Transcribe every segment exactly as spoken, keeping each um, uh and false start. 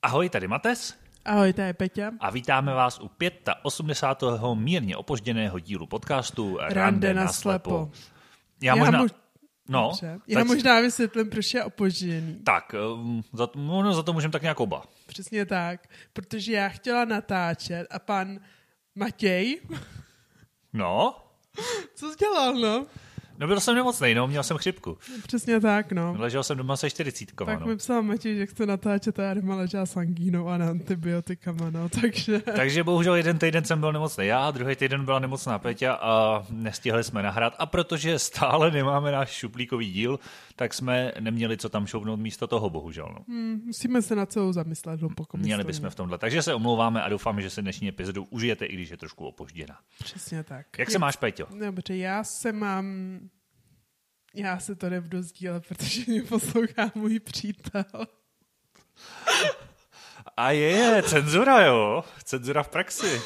Ahoj, tady Mates. Ahoj, tady Peťa. A vítáme vás u osmdesátého pátého mírně opožděného dílu podcastu Rande, Rande na na slepo. slepo. Já možná... mož... No, Dobře. Já tak... možná vysvětlím, proč je opožděný. Tak, um, za, no, za to můžeme tak nějak oba. Přesně tak, protože já chtěla natáčet a pan Matěj... No? Co jsi dělal, no? No byl jsem nemocnej, no, měl jsem chřipku. Přesně tak, no. Ležel jsem doma se čtyřicítkama, Tak no. mi psal Matěj, že chce natáčet a já doma ležela s angínou a na antibiotikama, no, takže... Takže bohužel jeden týden jsem byl nemocný já, druhý týden byla nemocná Peťa a nestihli jsme nahrát. A protože stále nemáme náš šuplíkový díl, tak jsme neměli co tam šoupnout místo toho, bohužel. No. Hmm, musíme se na celou zamyslet hluboko. Měli bychom v tomhle. Takže se omlouváme a doufáme, že se dnešní epizodu užijete, i když je trošku opožděná. Přesně tak. Jak se máš, Peťo? Dobře, já se mám... Já se to nebudu sdílet, protože mě poslouchá můj přítel. A je, je, cenzura, jo? Cenzura v praxi.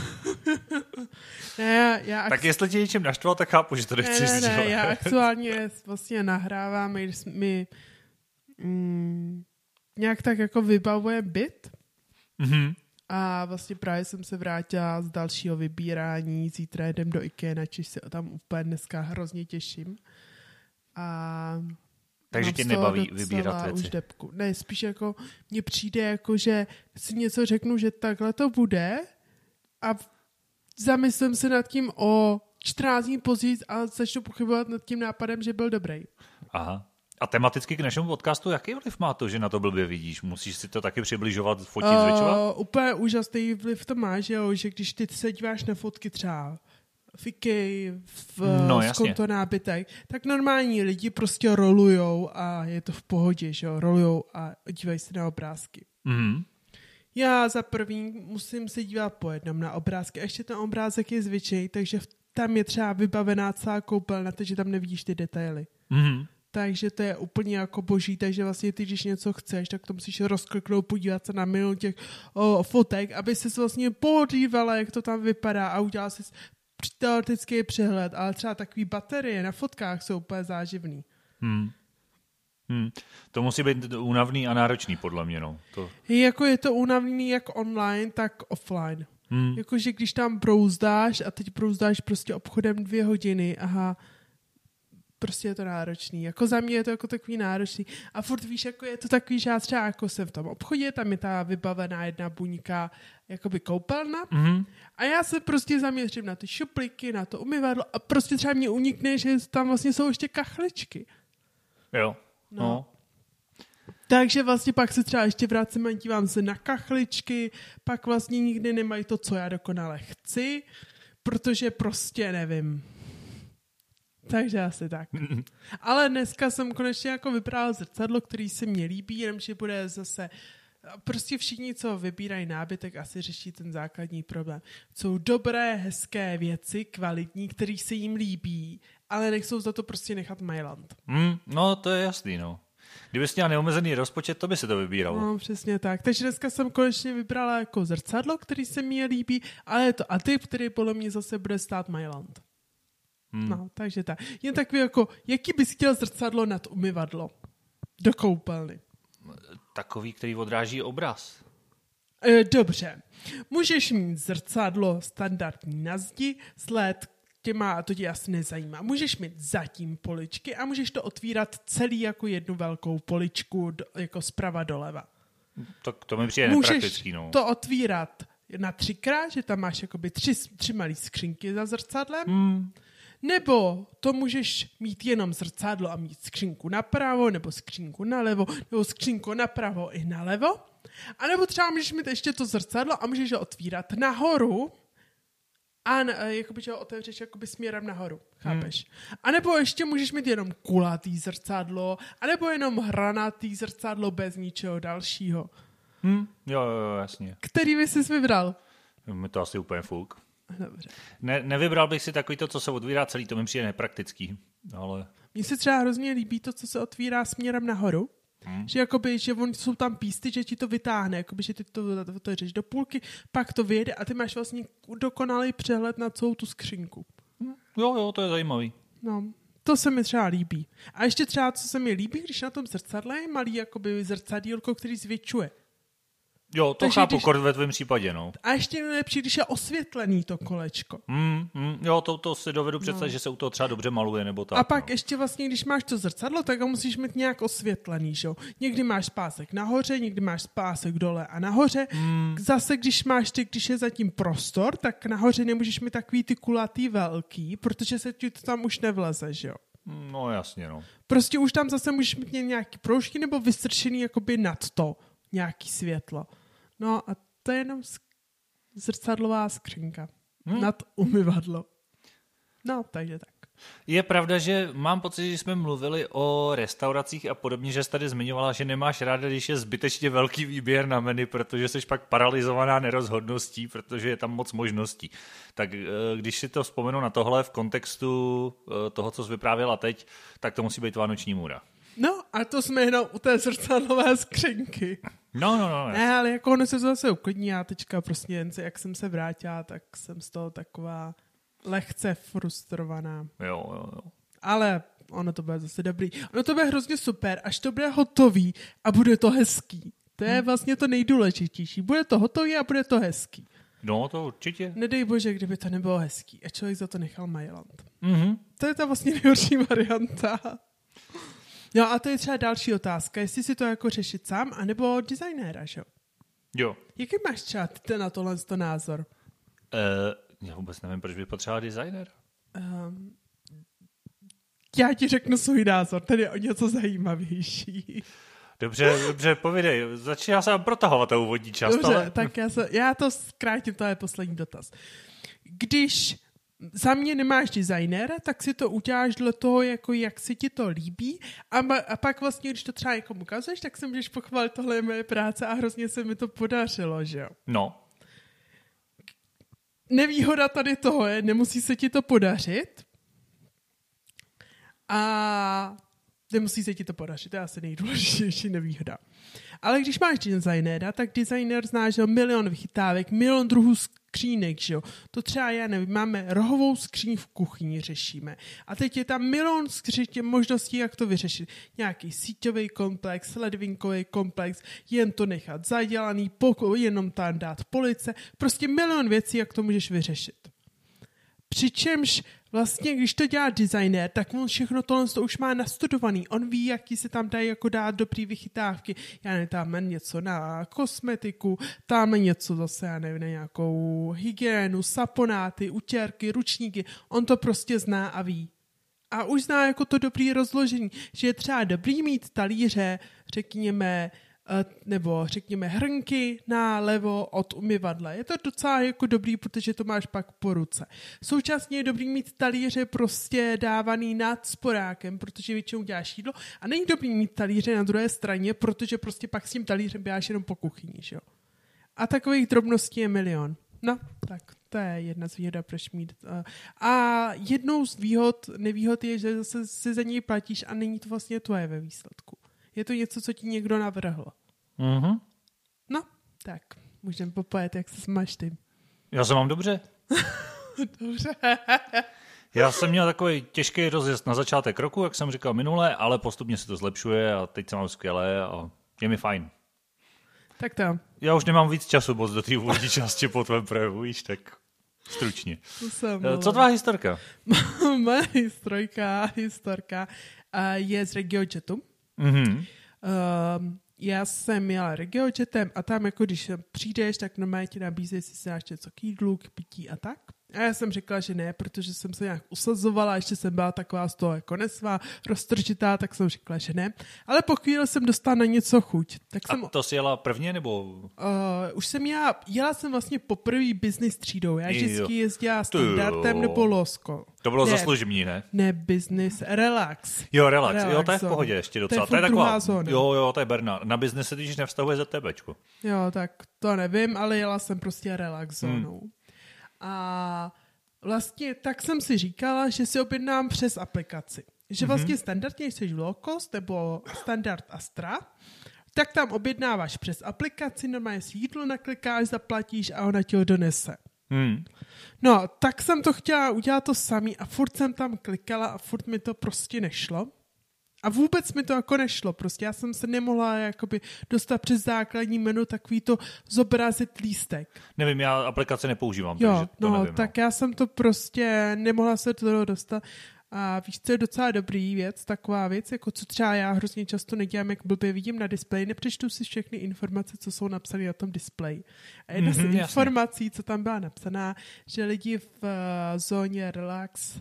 Ne, já tak jestli tě něčím naštval, tak chápu, že to nechceš ne, ne, sdílet. Ne, já aktuálně vlastně nahrávám, když mi mm, nějak tak jako vybavuje byt. Mhm. A vlastně právě jsem se vrátila z dalšího vybírání. Zítra jedem do IKEA, načež se tam úplně dneska hrozně těším. A takže tě nebaví vybírat věci. Už depku. Ne, spíš jako mně přijde jako, že si něco řeknu, že takhle to bude a zamyslím se nad tím o čtrnáct dní později a začnu pochybovat nad tím nápadem, že byl dobrý. Aha. A tematicky k našemu podcastu, jaký vliv má to, že na to blbě vidíš? Musíš si to taky přibližovat, fotit, uh, zvětšovat? Úplně úžasný vliv to má, že jo, že když ty se díváš na fotky třeba v IKEA, v no, konto nábytek, tak normální lidi prostě rolujou a je to v pohodě, že jo, rolujou a dívají se na obrázky. Mhm. Já za první musím se dívat po jednom na obrázky. A ještě ten obrázek je zvětšej, takže tam je třeba vybavená celá koupelna, takže tam nevidíš ty detaily. Mhm. Takže to je úplně jako boží, takže vlastně ty, když něco chceš, tak to musíš rozkliknout, podívat se na milion těch o, fotek, aby ses vlastně podívala, jak to tam vypadá a udělal si teoretický přehled, ale třeba takový baterie na fotkách jsou úplně záživný. Hmm. Hmm. To musí být únavný a náročný, podle mě. No. To... Jako je to únavný jak online, tak offline. Hmm. Jakože když tam brouzdáš a teď brouzdáš prostě obchodem dvě hodiny, aha, prostě je to náročný. Jako za mě je to jako takový náročný. A furt víš, jako je to takový, že já třeba jako jsem v tom obchodě, tam je ta vybavená jedna buňka jakoby koupelna Mm-hmm. a já se prostě zaměřím na ty šuplíky, na to umyvadlo a prostě třeba mě unikne, že tam vlastně jsou ještě kachličky. Jo. No. no. Takže vlastně pak se třeba ještě vracím a dívám se na kachličky, pak vlastně nikdy nemají to, co já dokonale chci, protože prostě nevím. Takže asi tak. Ale dneska jsem konečně jako vybrala zrcadlo, který se mně líbí, jenomže bude zase prostě všichni, co vybírají nábytek, asi řeší ten základní problém. Jsou dobré, hezké věci, kvalitní, které se jim líbí, ale nechcou za to prostě nechat majlant. Mm, no, to je jasný, no. Kdybys měla neomezený rozpočet, to by se to vybíralo. No, přesně tak. Takže dneska jsem konečně vybrala jako zrcadlo, který se mi líbí, ale je to a typ, který podle mě zase bude stát majlant. Hmm. No, takže tak. Jen takový jako, jaký bys chtěl zrcadlo nad umyvadlo? Do koupelny. Takový, který odráží obraz. E, dobře. Můžeš mít zrcadlo standardní na zdi, sled těma, to tě asi nezajímá. Můžeš mít zatím poličky a můžeš to otvírat celý jako jednu velkou poličku, do, jako zprava doleva. To, to mi přijde můžeš nepraktický, no. to otvírat na třikrát, že tam máš jakoby tři, tři malé skřínky za zrcadlem. Hmm. Nebo to můžeš mít jenom zrcadlo a mít skřínku napravo, nebo skřínku nalevo, nebo skřínku napravo i nalevo. A nebo třeba můžeš mít ještě to zrcadlo a můžeš ho otvírat nahoru a jakoby, že ho otevřeš jakoby směrem nahoru. Chápeš? Hmm. A nebo ještě můžeš mít jenom kulatý zrcadlo, a nebo jenom hranatý zrcadlo bez ničeho dalšího. Hmm. Jo, jo, jo, jasně. Který bys jsi vybral? Mi to asi úplně fuk. Dobře. Ne, nevybral bych si takový to, co se otvírá celý, to mi přijde nepraktický, ale... Mně se třeba hrozně líbí to, co se otvírá směrem nahoru. Hmm. Že jakoby, že on, jsou tam písty, že ti to vytáhne, jakoby, že ty to otevřeš do půlky, pak to vyjede a ty máš vlastně dokonalý přehled na celou tu skřínku. Hmm. Jo, jo, to je zajímavý. No, to se mi třeba líbí. A ještě třeba, co se mi líbí, když na tom zrcadle je malý jakoby zrcadílko, který zvětšuje. Jo, to Takže chápu, když... kort ve tvém případě, no. A ještě nejlepší, když je osvětlený to kolečko. Mm, mm, jo, to, to si dovedu představit, no. Že se u toho třeba dobře maluje, nebo tak. A pak no. ještě vlastně, když máš to zrcadlo, tak ho musíš mít nějak osvětlený, že jo. Někdy máš spásek nahoře, někdy máš spásek dole a nahoře. Mm. Zase, když máš ty, když je zatím prostor, tak nahoře nemůžeš mít takový ty kulatý velký, protože se ti to tam už nevleze, že jo. No jasně, no. Prostě už tam zase můžeš mít nějaký proužky nebo vystrčený jakoby nad to nějaký světlo. No a to je jenom zrcadlová skřínka. Hmm. Nad umyvadlo. No, takže tak. Je pravda, že mám pocit, že jsme mluvili o restauracích a podobně, že jsi tady zmiňovala, že nemáš ráda, když je zbytečně velký výběr na menu, protože jsi pak paralizovaná nerozhodností, protože je tam moc možností. Tak když si to vzpomenu na tohle v kontextu toho, co jsi vyprávěla teď, tak to musí být vánoční můra. No a to jsme jenom u té zrcadlové skřínky. No, no, no. Ne, ale jako ono se to zase uklidní. Já teďka prostě jen jak jsem se vrátila, tak jsem z toho taková lehce frustrovaná. Jo, jo, jo. Ale ono to bude zase dobrý. Ono to bude hrozně super, až to bude hotový a bude to hezký. To je vlastně to nejdůležitější. Bude to hotový a bude to hezký. No, to určitě. Nedej bože, kdyby to nebylo hezký. A člověk za to nechal Mailand. Mm-hmm. To je ta vlastně nejhorší varianta. No a to je třeba další otázka. Jestli si to jako řešit sám, anebo designéra, že jo? Jo. Jaký máš třeba ty na tohle to názor? Uh, já vůbec nevím, proč by potřeboval designéra. Um, já ti řeknu svůj názor, ten je o něco zajímavější. Dobře, dobře, povídej. Začíná se vám protahovat ta úvodní část. Dobře, ale... tak já, se, já to zkrátím, to je poslední dotaz. Když za mě nemáš designéra, tak si to uděláš dle toho, jako jak se ti to líbí a, ma, a pak vlastně, když to třeba někomu ukazuješ, tak se můžeš pochválit, tohle je moje práce a hrozně se mi to podařilo, že jo? No. Nevýhoda tady toho je, nemusí se ti to podařit a nemusí se ti to podařit, to je asi nejdůležitější nevýhoda. Ale když máš designéra, tak designér zná, že milion vychytávek, milion druhů skřínek, že jo. To třeba, já nevím, máme rohovou skříň v kuchyni, řešíme. A teď je tam milion skřítě možností, jak to vyřešit. Nějaký síťový komplex, ledvinkový komplex, jen to nechat zadělaný, poko- jenom tam dát police. Prostě milion věcí, jak to můžeš vyřešit. Přičemž vlastně, když to dělá designér, tak on všechno tohle to už má nastudovaný. On ví, jaký se tam dají jako dát dobrý vychytávky. Já nevím, tam něco na kosmetiku, tam něco zase, já nevím, na nějakou hygienu, saponáty, utěrky, ručníky. On to prostě zná a ví. A už zná jako to dobrý rozložení, že je třeba dobrý mít talíře, řekněme, nebo řekněme hrnky na levo od umyvadla. Je to docela jako dobrý, protože to máš pak po ruce. Současně je dobrý mít talíře prostě dávaný nad sporákem, protože většinou děláš jídlo a není dobrý mít talíře na druhé straně, protože prostě pak s tím talířem běháš jenom po kuchyni, že jo. A takových drobností je milion. No, tak to je jedna z výhod, proč mít. A jednou z výhod, nevýhod je, že zase si za něj platíš a není to vlastně tvoje ve výsledku. Je to něco, co ti někdo navrhl. Mm-hmm. No, tak. Můžeme popojet, jak se smáš ty. Já se mám dobře. Dobře. Já jsem měl takový těžký rozjezd na začátek roku, jak jsem říkal minule, ale postupně se to zlepšuje a teď se mám skvěle a je mi fajn. Tak to. Já už nemám víc času moc do té úvodní části po tvém projevu, víš, tak stručně. Co tvá historka? Moje historka, historka je z RegioJetu. Mm-hmm. Um, já jsem jela RegioJetem a tam jako když přijdeš, tak normálně ti nabízí, jestli si dáš něco k jídlu, k pití a tak. A já jsem řekla, že ne, protože jsem se nějak usazovala, ještě jsem byla taková z toho jako nesvá, roztržitá, tak jsem řekla, že ne. Ale po chvíli jsem dostala na něco chuť. Tak a jsem, to jsi jela prvně, nebo? Uh, už jsem jela, jela jsem vlastně poprvé business třídou. Já vždycky jezdila standardem nebo losko. To bylo ne, za služební, ne? Ne, business, relax. Jo, relax, relax jo, to je v pohodě ještě docela. To je, to je taková, zóna. Jo, jo, to je Berna. Na business se když nevztahuje ZTBčku. Jo, tak to nevím, ale jela jsem prostě relax zónou. Hmm. A vlastně tak jsem si říkala, že si objednám přes aplikaci. Že vlastně mm-hmm. standardně jsi low cost nebo standard Astra, tak tam objednáváš přes aplikaci, normálně si jídlo naklikáš, zaplatíš a ona ti ho donese. Hmm. No, tak jsem to chtěla udělat to samý a furt jsem tam klikala a furt mi to prostě nešlo. A vůbec mi to jako nešlo, prostě já jsem se nemohla jakoby dostat přes základní menu takový to zobrazit lístek. Nevím, já aplikace nepoužívám, jo, takže to no, nevím. tak no. Já jsem to prostě nemohla se do toho dostat. A víš, co je docela dobrý věc, taková věc, jako co třeba já hrozně často nedělám, jak blbě vidím na displeji, nepřečtu si všechny informace, co jsou napsané na tom displeji. A jedna mm-hmm, z informací, co tam byla napsaná, že lidi v uh, zóně relax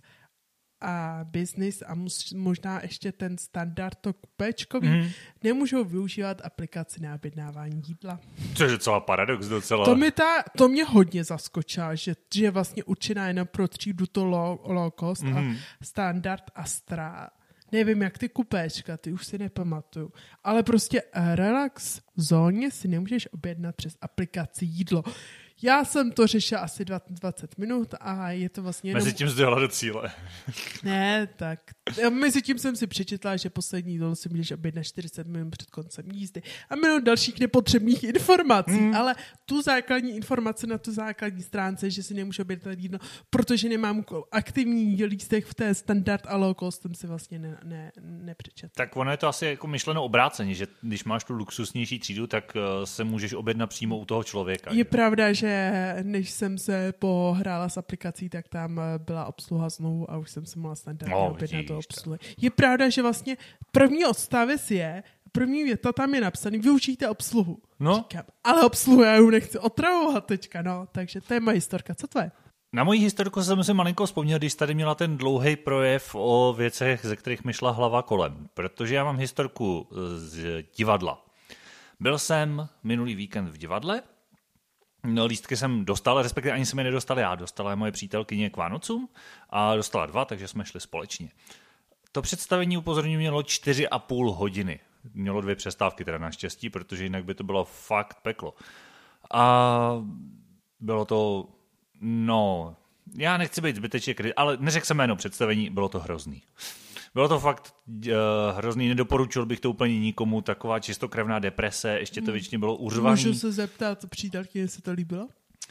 a business a mus, možná ještě ten standard, to kupečkový, mm. nemůžou využívat aplikaci na objednávání jídla. To je docela paradox docela. To, mi ta, to mě hodně zaskočilo, že, že je vlastně určená jenom pro třídu to low, low cost mm. a standard a strá. Nevím, jak ty kupéčka, ty už si nepamatuju. Ale prostě relax v zóně si nemůžeš objednat přes aplikaci jídlo. Já jsem to řešila asi dvacet minut a je to vlastně jenom... Mezi tím zdjela do cíle. Ne, tak. Mezi tím jsem si přečetla, že poslední jídlo si můžeš objednat čtyřicet minut před koncem jízdy a minut dalších nepotřebných informací. Mm. Ale tu základní informace na tu základní stránce, že si nemůžu objednat jídlo, protože nemám aktivní lístek v té standard a low cost, jsem si vlastně ne, ne, nepřečetla. Tak ono je to asi jako myšleno obráceně, že když máš tu luxusnější třídu, tak se můžeš objednat přímo u toho člověka. Je že? Pravda, že než jsem se pohrála s aplikací, tak tam byla obsluha znovu a už jsem se mohla standardně no, objednat do obsluhy. Je pravda, že vlastně první odstavec je, první věta tam je napsaný, využijte obsluhu. No. Říkám, ale obsluhu já ju nechci otravovat teďka, no. Takže to je moje historka. Co tvoje? Na moji historku jsem si malinko vzpomněl, když tady měla ten dlouhý projev o věcech, ze kterých mi šla hlava kolem. Protože já mám historku z divadla. Byl jsem minulý víkend v divadle. No, lístky jsem dostal, respektive ani jsem je nedostal já. Dostala je moje přítelkyně k Vánocům a dostala dva, takže jsme šli společně. To představení, upozorňuji, mělo čtyři a půl hodiny. Mělo dvě přestávky teda naštěstí, protože jinak by to bylo fakt peklo. A bylo to, no, já nechci být zbytečně kritický, ale neřekl jsem jméno představení, bylo to hrozný. Bylo to fakt uh, hrozný, nedoporučil bych to úplně nikomu, taková čistokrevná deprese, ještě to většině bylo uřvaný. Můžu se zeptat přítelky, jestli to líbilo?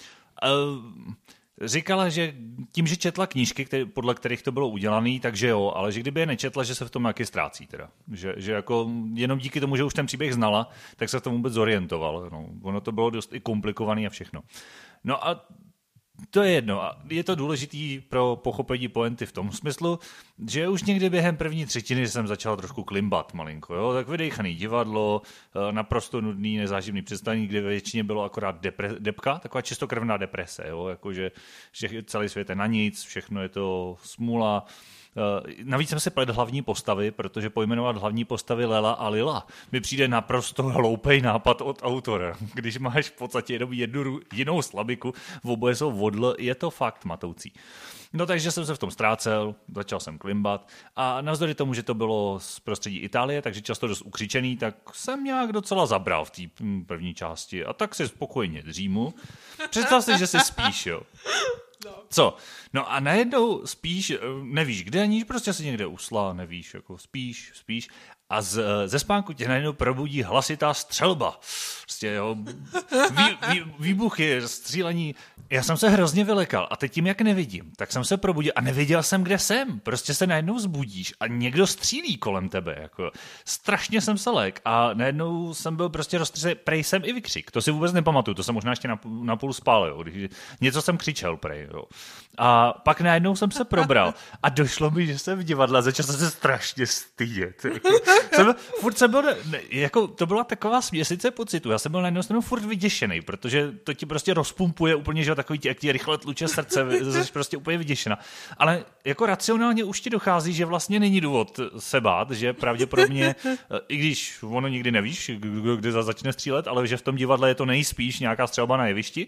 Uh, říkala, že tím, že četla knížky, které, podle kterých to bylo udělané, takže jo, ale že kdyby je nečetla, že se v tom taky ztrácí teda. Že, že jako jenom díky tomu, že už ten příběh znala, tak se v tom vůbec zorientoval. No, ono to bylo dost i komplikované a všechno. No a to je jedno. A je to důležitý pro pochopení pointy v tom smyslu, že už někdy během první třetiny jsem začal trošku klimbat malinko. Jo? Tak vydejchaný divadlo, naprosto nudný, nezáživný představení, kde většině bylo akorát depre, depka, taková čistokrevná deprese. Jo? Jako, že, že celý svět je na nic, všechno je to smůla. Navíc jsem se plet hlavní postavy, protože pojmenovat hlavní postavy Lela a Lila mi přijde naprosto hloupej nápad od autora. Když máš v podstatě jenom jednu jinou slabiku, v oboje jsou vodl, je to fakt matoucí. No takže jsem se v tom ztrácel, začal jsem klimbat a navzdory tomu, že to bylo z prostředí Itálie, takže často dost ukřičený, tak jsem nějak docela zabral v té první části a tak si spokojeně dřímu. Představ si, že si spíš, jo. No. Co? No a najednou spíš nevíš kde, ani prostě si někde usla, nevíš, jako spíš, spíš a z, ze spánku tě najednou probudí hlasitá střelba. Prostě jo, vý, vý, výbuchy, střílení. Já jsem se hrozně vylekal a teď tím, jak nevidím, tak jsem se probudil a nevěděl jsem, kde jsem. Prostě se najednou zbudíš a někdo střílí kolem tebe. Jako. Strašně jsem se lek a najednou jsem byl prostě roztřesený, prej jsem i vykřik. To si vůbec nepamatuju, to jsem možná ještě napůl spál, jo. Když něco jsem křičel, prej, jo. A pak najednou jsem se probral a došlo mi, že jsem v divadle a začal jsem se strašně stydět. Jako, jsem, furt jsem byl, jako, to byla taková směsice pocitu. Já jsem byl najednou jsem furt vyděšený, protože to ti prostě rozpumpuje úplně, že takový ti, jak ti rychle tluče srdce, jsi prostě úplně vyděšená. Ale jako racionálně už ti dochází, že vlastně není důvod se bát, že pravděpodobně, i když ono nikdy nevíš, kdy začne střílet, ale že v tom divadle je to nejspíš nějaká střelba na jevišti.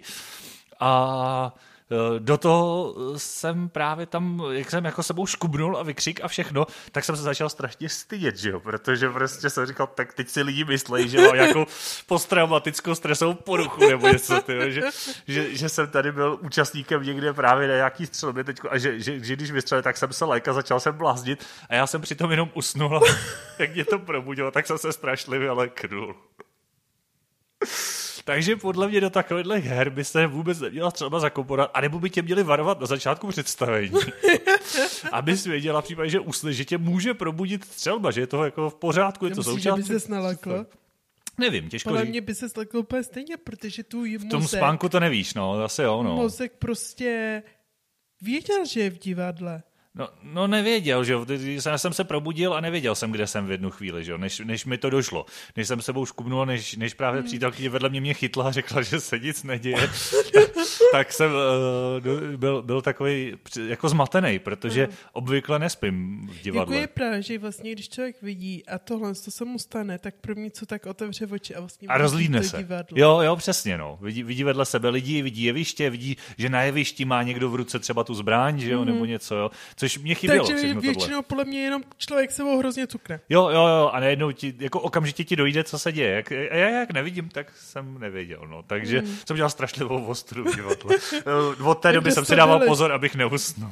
A do toho jsem právě tam, jak jsem jako sebou škubnul a vykřik a všechno, tak jsem se začal strašně stydět, že jo, protože prostě jsem říkal, tak teď si lidi myslí, že mám jako posttraumatickou stresovou poruchu nebo něco, tyjo, že, že, že jsem tady byl účastníkem někde právě na nějaký střelbě teďko a že, že, že když vystřelil, tak jsem se lék a začal jsem bláznit a já jsem přitom jenom usnul a jak mě to probudilo, tak jsem se strašlivě leknul. Takže podle mě do takovýchhle her by se vůbec neměla třeba zakomponovat, anebo by tě měli varovat na začátku představení. Abys věděla v případě, že uslyš, že tě může probudit střelba, že je to jako v pořádku, je to součástí. Myslíš, že by ses nalakl? Nevím, těžko Podle říct. mě by se slekl úplně stejně, protože tu v tom mozek, spánku to nevíš, no, zase jo, no. Mozek prostě věděl, že je v divadle. No, no nevěděl, že jo, já jsem se probudil a nevěděl jsem, kde jsem v jednu chvíli, že jo, než, než mi to došlo. Než jsem sebou škubnul, než, než právě hmm. přítelkyně vedle mě mě chytla a řekla, že se nic neděje, tak jsem uh, byl, byl takový jako zmatený, protože hmm. obvykle nespím v divadle. Jako je pravda, že vlastně, když člověk vidí a tohle, to se mu stane, tak pro mě co tak otevře oči a vlastně a rozlídne se. Divadlo. Jo, jo, přesně, no. Vidí, vidí vedle sebe lidi, vidí jeviště, vidí, že na jevišti má někdo v ruce třeba tu zbraň, že jo, hmm. nebo něco, jo. Což mě chybělo. Takže většinou tohle. Podle mě jenom člověk se hrozně cukne. Jo, jo, jo, a najednou ti, jako okamžitě ti dojde, co se děje. Jak, a já jak nevidím, tak jsem nevěděl, no. Takže mm. jsem dělal strašlivou ostru v divadle. Od té doby jsem si dával byli? pozor, abych neusnul.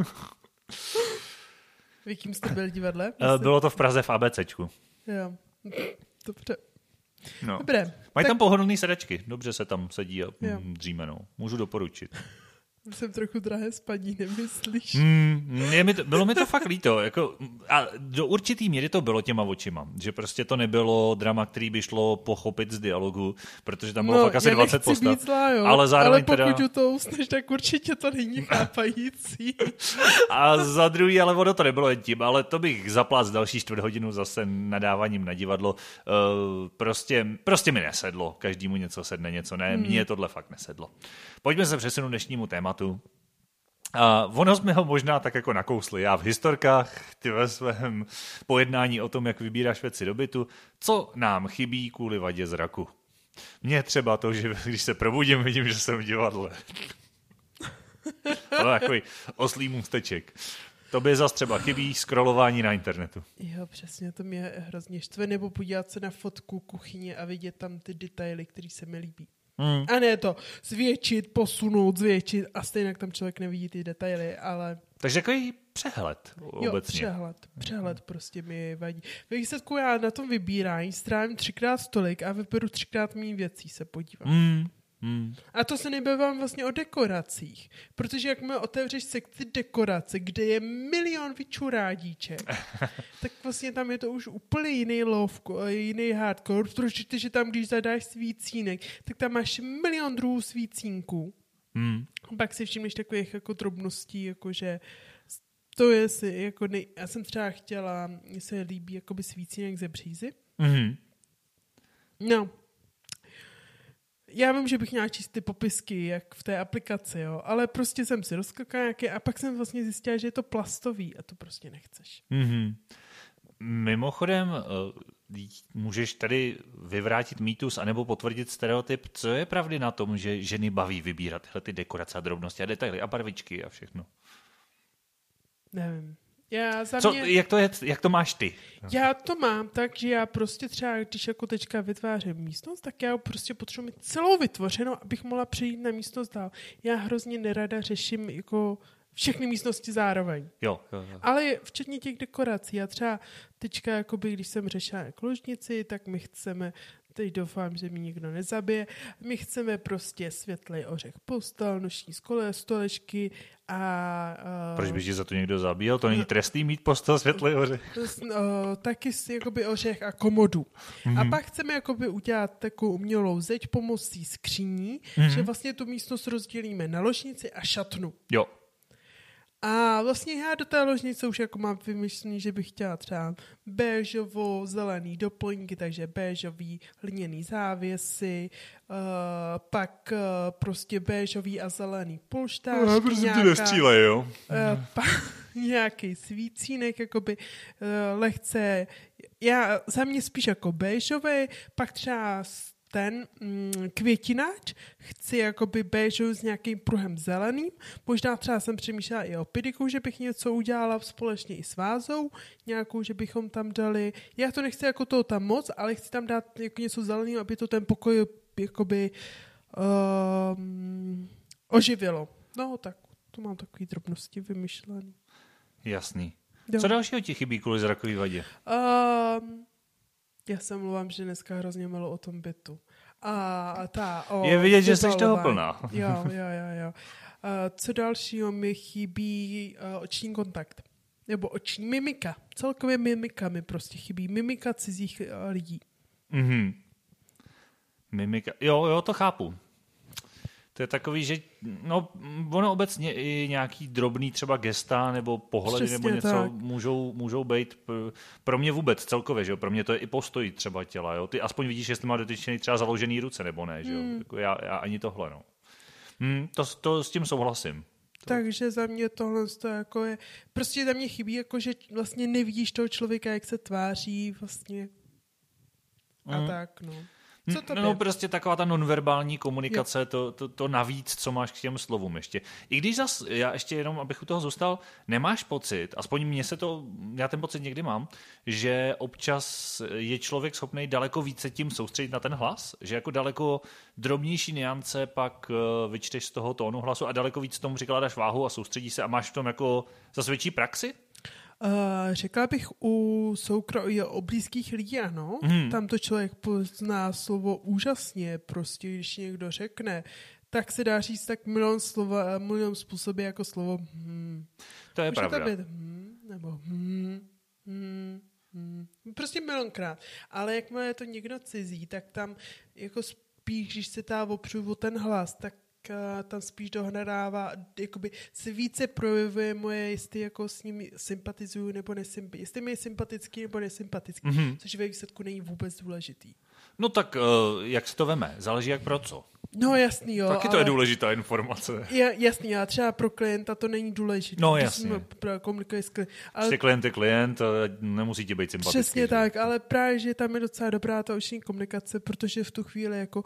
V jakým jste byl divadle? Bylo to v Praze v ABCčku. Jo, dobře. No. Dobré. Mají tak... tam pohodlný sedačky, dobře se tam sedí a dříme, no. Můžu doporučit. Jsem trochu drahé spaní, nemyslíš? Mm, je mi to, bylo mi to fakt líto. Jako, a do určitý míry to bylo těma očima. Že prostě to nebylo drama, který by šlo pochopit z dialogu, protože tam bylo no, fakt asi dvacet postav. Zlá, jo. Ale zároveň ale pokud teda... to usneš, tak určitě to není chápající. A za druhý, ale ono to nebylo jen tím, ale to bych zaplác další čtvrt hodinu zase nadáváním na divadlo. Uh, prostě, prostě mi nesedlo. Každému něco sedne, něco ne. Hmm. Mně tohle fakt nesedlo. Pojďme se přesunout dnešnímu tématu. A ono jsme ho možná tak jako nakousli. Já v historkách, ty ve svém pojednání o tom, jak vybíráš věci do bytu, co nám chybí kvůli vadě zraku. Mně třeba to, že když se probudím, vidím, že jsem v divadle. Ale takový oslý můsteček. To by zase třeba chybí scrollování na internetu. Jo, přesně, to mě hrozně štve. Nebo podívat se na fotku kuchyně a vidět tam ty detaily, které se mi líbí. Hmm. A ne to zvětšit, posunout, zvětšit a stejně tam člověk nevidí ty detaily, ale... Takže takový přehled obecně. Jo, přehled. Přehled prostě mi vadí. Ve výsledku já na tom vybírání strávím třikrát stolik a vyberu třikrát méně věcí se podívat. Hmm. Hmm. A to se nebavím vlastně o dekoracích, protože jakmile otevřeš sekci dekorace, kde je milion vyčurádíček, tak vlastně tam je to už úplně jiný lovko, jiný hardcore, protože tam, když zadáš svícínek, tak tam máš milion druhů svícínků. Hmm. Pak si všimneš takových jako drobností, jakože to je si, jako nej... já jsem třeba chtěla, mně se líbí jakoby svícínek ze břízy. Hmm. No. Já vím, že bych měla číst ty popisky, jak v té aplikaci, jo, ale prostě jsem si rozklikala nějaké a pak jsem vlastně zjistila, že je to plastový a to prostě nechceš. Mm-hmm. Mimochodem, můžeš tady vyvrátit mýtus anebo potvrdit stereotyp, co je pravdy na tom, že ženy baví vybírat tyhle ty dekorace a drobnosti a detaily a barvičky a všechno? Nevím. Já za Co, mě... jak, to je, jak to máš ty? Já to mám tak, že já prostě třeba, když jako teďka vytvářím místnost, tak já prostě potřebuji mít celou vytvořenou, abych mohla přejít na místnost dál. Já hrozně nerada řeším jako všechny místnosti zároveň. Jo, jo, jo. Ale včetně těch dekorací. Já třeba teďka, jakoby, když jsem řešila ložnici, tak my chceme, teď doufám, že mi nikdo nezabije, my chceme prostě světlej ořech postel, noční skole, stolečky a... Uh, Proč by ti za to někdo zabíjel? To není trestný mít postel světlej ořech? Uh, taky jakoby ořech a komodu. Mm-hmm. A pak chceme jakoby udělat takovou umělou zeď pomocí skříní, mm-hmm. že vlastně tu místnost rozdělíme na ložnici a šatnu. Jo. A vlastně já do té ložnice už jako mám vymyšlený, že bych chtěla třeba béžovo zelený doplňky, takže béžový hliněný závěsy, uh, pak uh, prostě béžový a zelený polštářky. No, prostě ti nestřílej, jo. Uh, pa, nějaký svícínek, jakoby uh, lehce, já za mě spíš jako béžový, pak třeba ten mm, květináč chci jakoby béžový s nějakým pruhem zeleným. Možná třeba jsem přemýšlela i o pidiku, že bych něco udělala společně i s vázou, nějakou, že bychom tam dali. Já to nechci jako toho tam moc, ale chci tam dát jako něco zeleným, aby to ten pokoj jakoby um, oživilo. No tak, to mám takový drobnosti vymyšlený. Jasný. Jo. Co dalšího ti chybí kvůli zrakové vadě? Um, Já se mluvám, že dneska hrozně malo o tom bytu. A ta o Je vidět, že jsi toho fotbalová. plná. Jo, jo, jo, jo. A co dalšího mi chybí uh, oční kontakt. Nebo oční mimika. Celkově mimika mi prostě chybí. Mimika cizích uh, lidí. Mhm. Mimika. Jo, jo, to chápu. To je takový, že no, ono obecně i nějaký drobný třeba gesta nebo pohledy Přesně nebo něco tak. můžou, můžou být pro mě vůbec celkově, že jo? Pro mě to je i postoj třeba těla, jo? Ty aspoň vidíš, jestli má dotyčený třeba založený ruce nebo ne, že jo? Hmm. Jako já, já ani tohle, no. Hmm, to, to s tím souhlasím. Takže za mě tohle to jako je, prostě za mě chybí, jako že vlastně nevidíš toho člověka, jak se tváří vlastně a Mm. tak, no. Co to No, no prostě taková ta nonverbální komunikace, to, to, to navíc, co máš k těm slovům ještě. I když zas, já ještě jenom, abych u toho zůstal, nemáš pocit, aspoň mně se to, já ten pocit někdy mám, že občas je člověk schopný daleko více tím soustředit na ten hlas, že jako daleko drobnější niance pak uh, vyčteš z toho tónu hlasu a daleko víc tomu přikládáš váhu a soustředí se a máš v tom jako zase větší praxi? Uh, řekla bych u soukro- o blízkých lidí, ano. Hmm. Tam to člověk pozná slovo úžasně, prostě když někdo řekne, tak se dá říct tak milion slova, milion způsoby jako slovo hmm. To je Může pravda. to být hmm, nebo hmm, hmm, hmm. Prostě milionkrát. Ale jakmile je to někdo cizí, tak tam jako spíš, když se tá opřu o ten hlas, tak uh, tam spíš dohrává, jakoby se více projevuje moje, jestli jako s ním sympatizuju nebo nesympatizuju, jestli mi je sympatický nebo nesympatický, Mhm. což ve výsledku není vůbec důležitý. No tak uh, jak se to veme? Záleží jak pro co. No jasný, jo. Taky to ale... je důležitá informace. Je, jasný, a třeba pro klienta to není důležité. No, když jasně. jsme pro- komunikuje s klientem. Ale Prostě klient je klient a nemusí ti být sympatický. přesně že? tak, ale právě, že tam je docela dobrá ta oční komunikace, protože v tu chvíli jako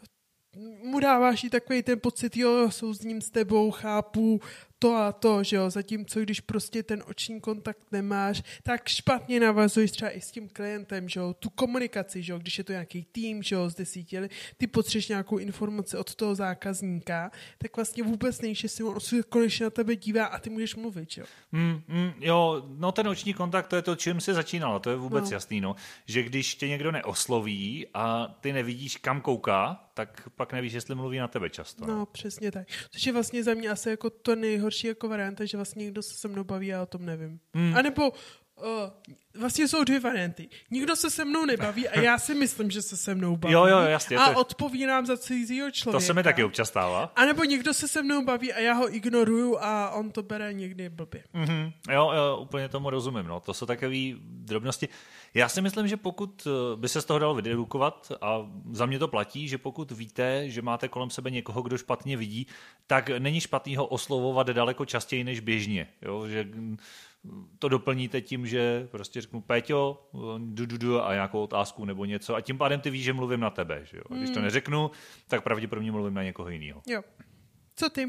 mu dáváš i takový ten pocit, jo, souzním s tebou, chápu to a to, že jo, zatímco když prostě ten oční kontakt nemáš, tak špatně navazuješ třeba i s tím klientem, že jo, tu komunikaci, že jo, když je to nějaký tým, že jo, z desíti lidí, ty potřebuješ nějakou informaci od toho zákazníka, tak vlastně vůbec nevíš, že si on konečně na tebe dívá a ty můžeš mluvit, že jo. Mm, mm, jo, no ten oční kontakt, to je to, čím jsi začínala, to je vůbec No. jasný, no. Že když tě někdo neosloví a ty nevidíš, kam kouká, tak pak nevíš, jestli mluví na tebe často. No, No. přesně tak. Což je vlastně za mě asi jako to nejhorší jako varianta, že vlastně někdo se se mnou baví a já o tom nevím. Hmm. A nebo uh, vlastně jsou dvě varianty. Nikdo se se mnou nebaví a já si myslím, že se se mnou baví. Jo, jo, jasně, A to je- odpovídám za cizího člověka. To se mi taky občas stává. A nebo někdo se se mnou baví a já ho ignoruju a on to bere někdy blbě. Mhm. Jo, jo, úplně tomu rozumím. No. To jsou takové drobnosti. Já si myslím, že pokud eh, by se z toho dalo vydedukovat, a za mě to platí, že pokud víte, že máte kolem sebe někoho, kdo špatně vidí, tak není špatný ho oslovovat daleko častěji než běžně. Jo? Že mm, to doplníte tím, že prostě řeknu Péťo, du, du, du, a nějakou otázku nebo něco a tím pádem ty víš, že mluvím na tebe. Že jo? A když to neřeknu, tak pravděpodobně mluvím na někoho jiného. Jo. Co ty?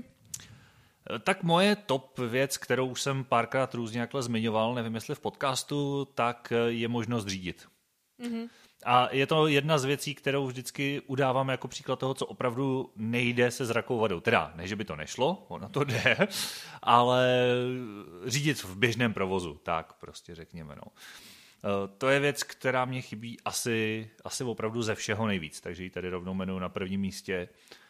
Tak moje top věc, kterou už jsem párkrát různě jakhle zmiňoval, nevím jestli v podcastu, tak je možnost řídit. Mhm. A je to jedna z věcí, kterou vždycky udávám jako příklad toho, co opravdu nejde se zrakovou vadou. Teda, ne, že by to nešlo, ono to jde, ale řídit v běžném provozu, tak prostě řekněme. No. To je věc, která mě chybí asi, asi opravdu ze všeho nejvíc, takže ji tady rovnou jmenuji na prvním místě.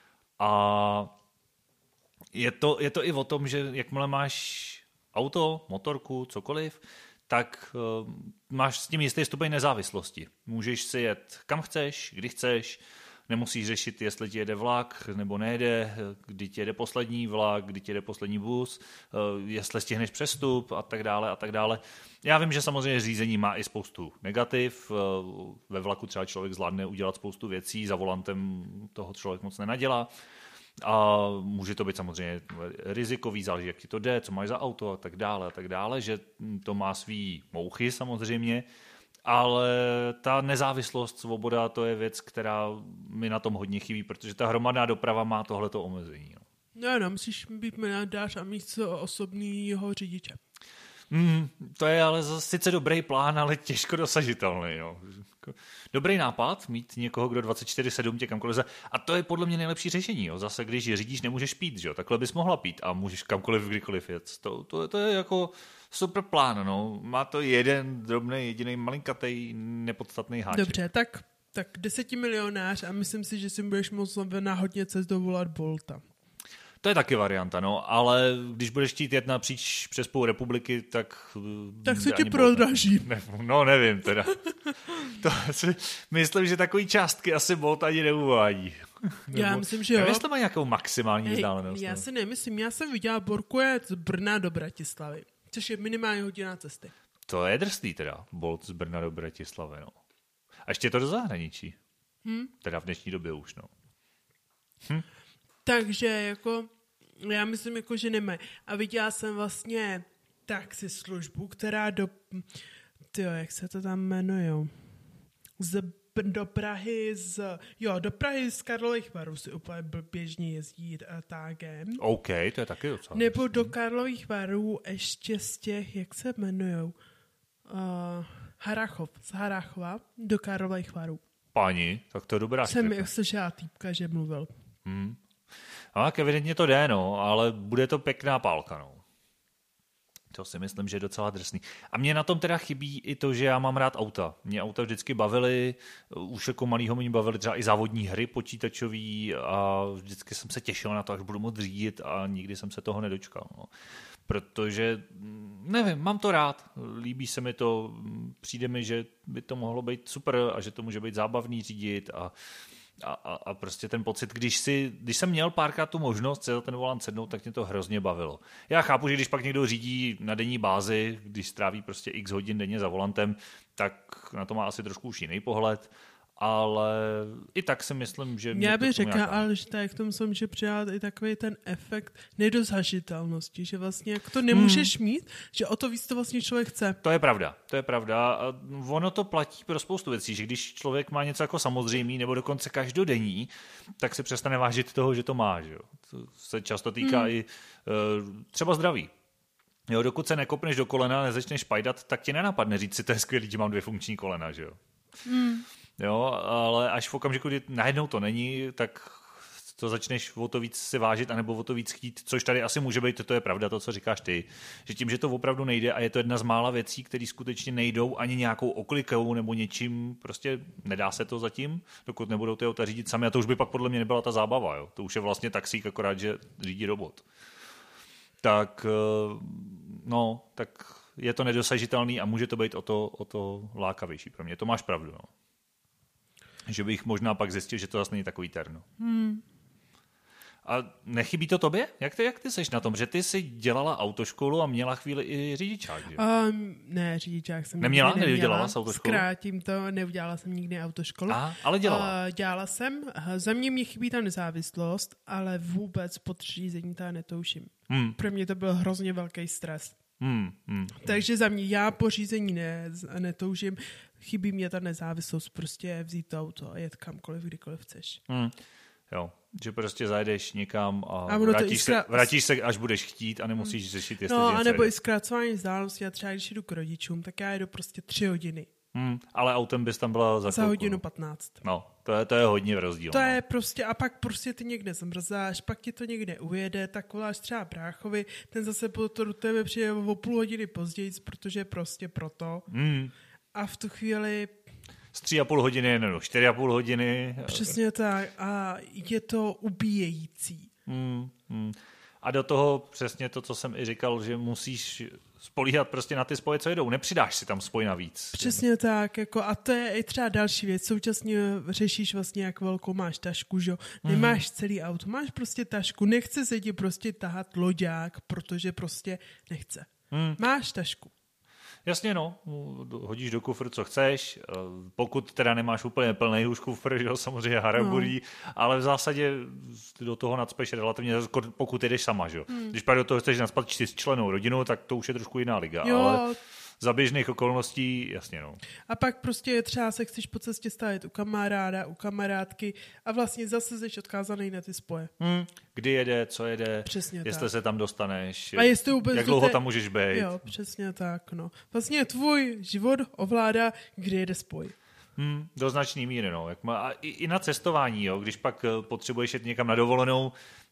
A je to, je to i o tom, že jakmile máš auto, motorku, cokoliv, tak uh, máš s tím jistý stupeň nezávislosti. Můžeš si jet kam chceš, kdy chceš, nemusíš řešit, jestli ti jede vlak nebo nejede, kdy ti jede poslední vlak, kdy ti jede poslední bus, uh, jestli stihneš přestup a tak dále a tak dále. Já vím, že samozřejmě řízení má i spoustu negativ. Uh, ve vlaku třeba člověk zvládne udělat spoustu věcí, za volantem toho člověk moc nenadělá. A může to být samozřejmě rizikový, záleží, jak ti to jde, co máš za auto a tak dále a tak dále, že to má svý mouchy samozřejmě, ale ta nezávislost, svoboda, to je věc, která mi na tom hodně chybí, protože ta hromadná doprava má tohleto omezení. No. No, no, musíš být miliardář a mít osobního řidiče. Mm, to je ale zase sice dobrý plán, ale těžko dosažitelný. Jo. Dobrý nápad, mít někoho, kdo dvacet čtyři sedm tě kamkoliv za... A to je podle mě nejlepší řešení. Jo. Zase, když řídíš, nemůžeš pít. Že jo. Takhle bys mohla pít a můžeš kamkoliv, kdykoliv jet. To, to, to je jako super plán. No. Má to jeden drobný, jediný malinkatej, nepodstatný háček. Dobře, tak tak desetimilionář a myslím si, že si budeš moct na hodně cest dovolat Bolta. To je taky varianta, no, ale když budeš chtít jet napříč přes půl republiky, tak... Tak se ti prodraží. Ne, no, nevím teda. To si, myslím, že takový částky asi Bolt ani neuvádí. Já Nebo, myslím, že jo. Nevím, jestli má nějakou maximální vzdálenost. Já si nemyslím, já jsem viděla Borku jet z Brna do Bratislavy, což je minimálně hodina cesty. To je drsný teda, Bolt z Brna do Bratislavy, no. A ještě to do zahraničí. Hmm? Teda v dnešní době už, no. Hm? Takže jako, já myslím, jako, že nemají. A viděla jsem vlastně taxislužbu, která do, tyjo, jak se to tam jmenuje, z, do Prahy, z, jo, do Prahy z Karlových Varů si úplně běžně jezdí tágem. OK, to je taky docela. Nebo do Karlových Varů ještě z těch, jak se jmenujou, uh, Harachov, z Harachova do Karlových Varů. Páni, tak to je dobrá Jsem jak slyšela týpka, že mluvil. Hmm. A tak evidentně to jde, no, ale bude to pěkná pálka, no. To si myslím, že je docela drsný. A mě na tom teda chybí i to, že já mám rád auta. Mě auta vždycky bavily, už jako malýho mě bavily třeba i závodní hry počítačový a vždycky jsem se těšil na to, až budu moct řídit a nikdy jsem se toho nedočkal, no. Protože, nevím, mám to rád, líbí se mi to, přijde mi, že by to mohlo být super a že to může být zábavný řídit a A, a, a prostě ten pocit, když, si, když jsem měl párkrát tu možnost se za ten volant sednout, tak mě to hrozně bavilo. Já chápu, že když pak někdo řídí na denní bázi, když stráví prostě x hodin denně za volantem, tak na to má asi trošku už jiný pohled, ale i tak si myslím, že... Já bych řekla, nějaká... ale že tak v tom jsem, že přijat i takový ten efekt nedosažitelnosti, že vlastně jak to nemůžeš hmm. mít, že o to víc to vlastně člověk chce. To je pravda, to je pravda. A ono to platí pro spoustu věcí, že když člověk má něco jako samozřejmý nebo dokonce každodenní, tak si přestane vážit toho, že to má. Že jo? To se často týká hmm. i uh, třeba zdraví. Jo, dokud se nekopneš do kolena, nezačneš pajdat, tak ti nenapadne říct si, to je skvělý, že mám dvě funkční kolena, že jo. Hmm. Jo, ale až v okamžiku, kdy najednou to není, tak to začneš o to víc si vážit, anebo o to víc chtít, což tady asi může být, to je pravda, to, co říkáš ty, že tím, že to opravdu nejde a je to jedna z mála věcí, které skutečně nejdou ani nějakou oklikou nebo něčím, prostě nedá se to zatím, dokud nebudou ty auta řídit sami a to už by pak podle mě nebyla ta zábava, jo. To už je vlastně taxík, akorát, že řídí robot. Tak, no, tak je to nedosažitelný a může to být o to, o to lákavější pro mě. To máš pravdu, no. Že bych možná pak zjistil, že to zase není takový terno. Hmm. A nechybí to tobě? Jak ty, jak ty seš na tom? Že ty jsi dělala autoškolu a měla chvíli i řidičák, že? Um, ne, řidičák jsem neměla, nikdy neměla. Nedělala s autoškolou? Zkrátím to, neudělala jsem nikdy autoškolu. A, ale dělala. Uh, dělala jsem. Za mě mě chybí ta nezávislost, ale vůbec pod řízení to netouším. Hmm. Pro mě to byl hrozně velký stres. Hmm, hmm. Takže za mě já po řízení ne, netoužím, chybí mě ta nezávislost, prostě vzít to auto a jet kamkoliv, kdykoliv chceš. Hmm. Jo, že prostě zajedeš někam a, a vrátíš, zkrát... se, vrátíš se, až budeš chtít a nemusíš řešit, jestli No, je anebo i zkracování vzdálenosti, já třeba když jdu k rodičům, tak já jedu prostě tři hodiny. Hmm, ale autem bys tam byla za, za hodinu patnáct. No, to je, to je hodně rozdíl. To no. je prostě, a pak prostě ty někde zamrzáš, pak ti to někde ujede, tak voláš třeba bráchovi, ten zase po to do tebe přijde o půl hodiny později, protože prostě proto. Hmm. A v tu chvíli... Z tři a půl hodiny, nebo čtyři a půl hodiny. Přesně tak. A je to ubíjející. Hmm, hmm. A do toho přesně to, co jsem i říkal, že musíš spolíhat prostě na ty spoje, co jedou. Nepřidáš si tam spoj navíc. Přesně tak. Jako, a to je i třeba další věc. Současně řešíš vlastně, jak velkou máš tašku, že? Nemáš mm. celý auto, máš prostě tašku. Nechce se ti prostě tahat loďák, protože prostě nechce. Mm. Máš tašku. Jasně, no, hodíš do kufru, co chceš, pokud teda nemáš úplně plný už kufr, že jo, samozřejmě haraburí, no. Ale v zásadě do toho nacpeš relativně, pokud jdeš sama, že jo. Hmm. Když pak do toho chceš nacpat čtyřčlennou rodinu, tak to už je trošku jiná liga, jo. Ale za běžných okolností, jasně, no. A pak prostě třeba se chceš po cestě stavit u kamaráda, u kamarádky a vlastně zase jsi odkázaný na ty spoje. Hmm. Kdy jede, co jede, přesně jestli tak. se tam dostaneš, a jestli vůbec jak dlouho te... tam můžeš být. Jo, přesně tak, no. Vlastně tvůj život ovládá, kdy jede spoj. Hmm, do značný míry, no. Jak má, a i, i na cestování, jo, když pak potřebuješ jet někam na dovolenou,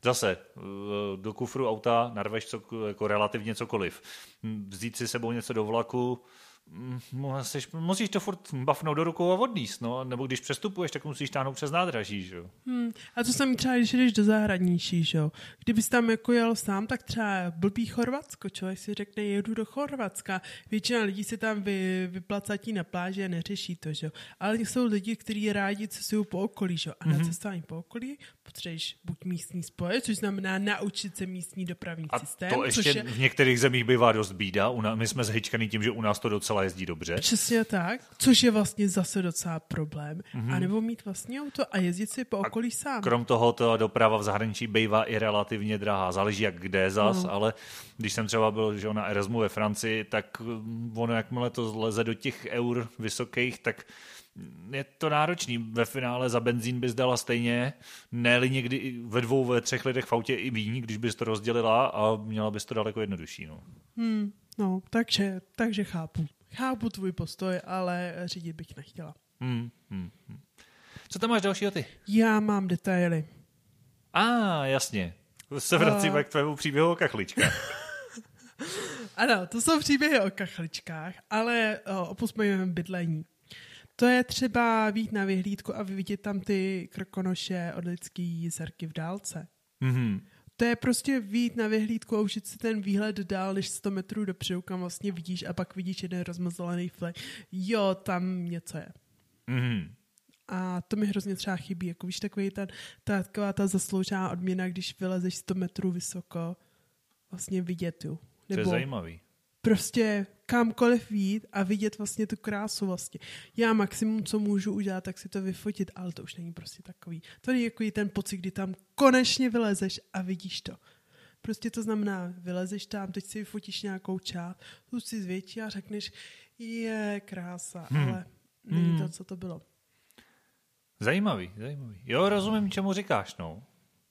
Zase do kufru auta narveš co, jako relativně cokoliv. Vzít si sebou něco do vlaku, musíš, musíš to furt bafnout do rukou a odníst, no, nebo když přestupuješ, tak musíš táhnout přes nádraží, že jo. Hmm. A to samý třeba, když jdeš do zahraničí, že jo. Kdybys tam jako jel sám, tak třeba blbý Chorvatsko, člověk si řekne, jedu do Chorvatska. Většina lidí si tam vy, vyplacatí na pláži a neřeší to, že jo. Ale jsou lidi, kteří rádi cestují po okolí, že jo. A mm-hmm. na cestování po okolí potřebuješ buď místní spoje, což znamená naučit se místní dopravní a systém. to ještě je... v některých zemích bývá dost bída. My jsme zhyčkaný tím, že u nás to docela jezdí dobře. Přesně tak, což je vlastně zase docela problém. Mm-hmm. A nebo mít vlastní auto a jezdit si po okolí a sám. Krom toho, ta doprava v zahraničí bývá i relativně drahá. Záleží jak kde zas, no. Ale když jsem třeba byl že na Erasmu ve Francii, tak ono, jakmile to leze do těch eur vysokých, tak je to náročný. Ve finále za benzín bys dala stejně, ne-li někdy ve dvou, ve třech lidech v autě i míň, když bys to rozdělila a měla bys to daleko jednodušší. No, hmm, no takže, takže chápu. Chápu tvůj postoj, ale řídit bych nechtěla. Hmm, hmm, hmm. Co tam máš dalšího ty? Já mám detaily. A ah, jasně. Se vracíme uh... k tvému příběhu o kachličkách. Ano, to jsou příběhy o kachličkách, ale opustíme bydlení. To je třeba vyjít na vyhlídku a vidět tam ty krkonoše od lidský zrky v dálce. Mhm. To je prostě vyjít na vyhlídku a užít si ten výhled dál než sto metrů dopředu, kam vlastně vidíš a pak vidíš jeden rozmazlený flek. Jo, tam něco je. Mm-hmm. A to mi hrozně třeba chybí. Jako víš, takový ten, ta, taková ta zasloužená odměna, když vylezeš sto metrů vysoko, vlastně vidět ju. Nebo to je zajímavý. Prostě kamkoliv jít a vidět vlastně tu krásu vlastně. Já maximum, co můžu udělat, tak si to vyfotit, ale to už není prostě takový. To je takový ten pocit, kdy tam konečně vylezeš a vidíš to. Prostě to znamená, vylezeš tam, teď si vyfotíš nějakou část, tu si zvětší a řekneš, je krása, hmm. ale není hmm. to, co to bylo. Zajímavý, zajímavý. Jo, rozumím, čemu říkáš, no.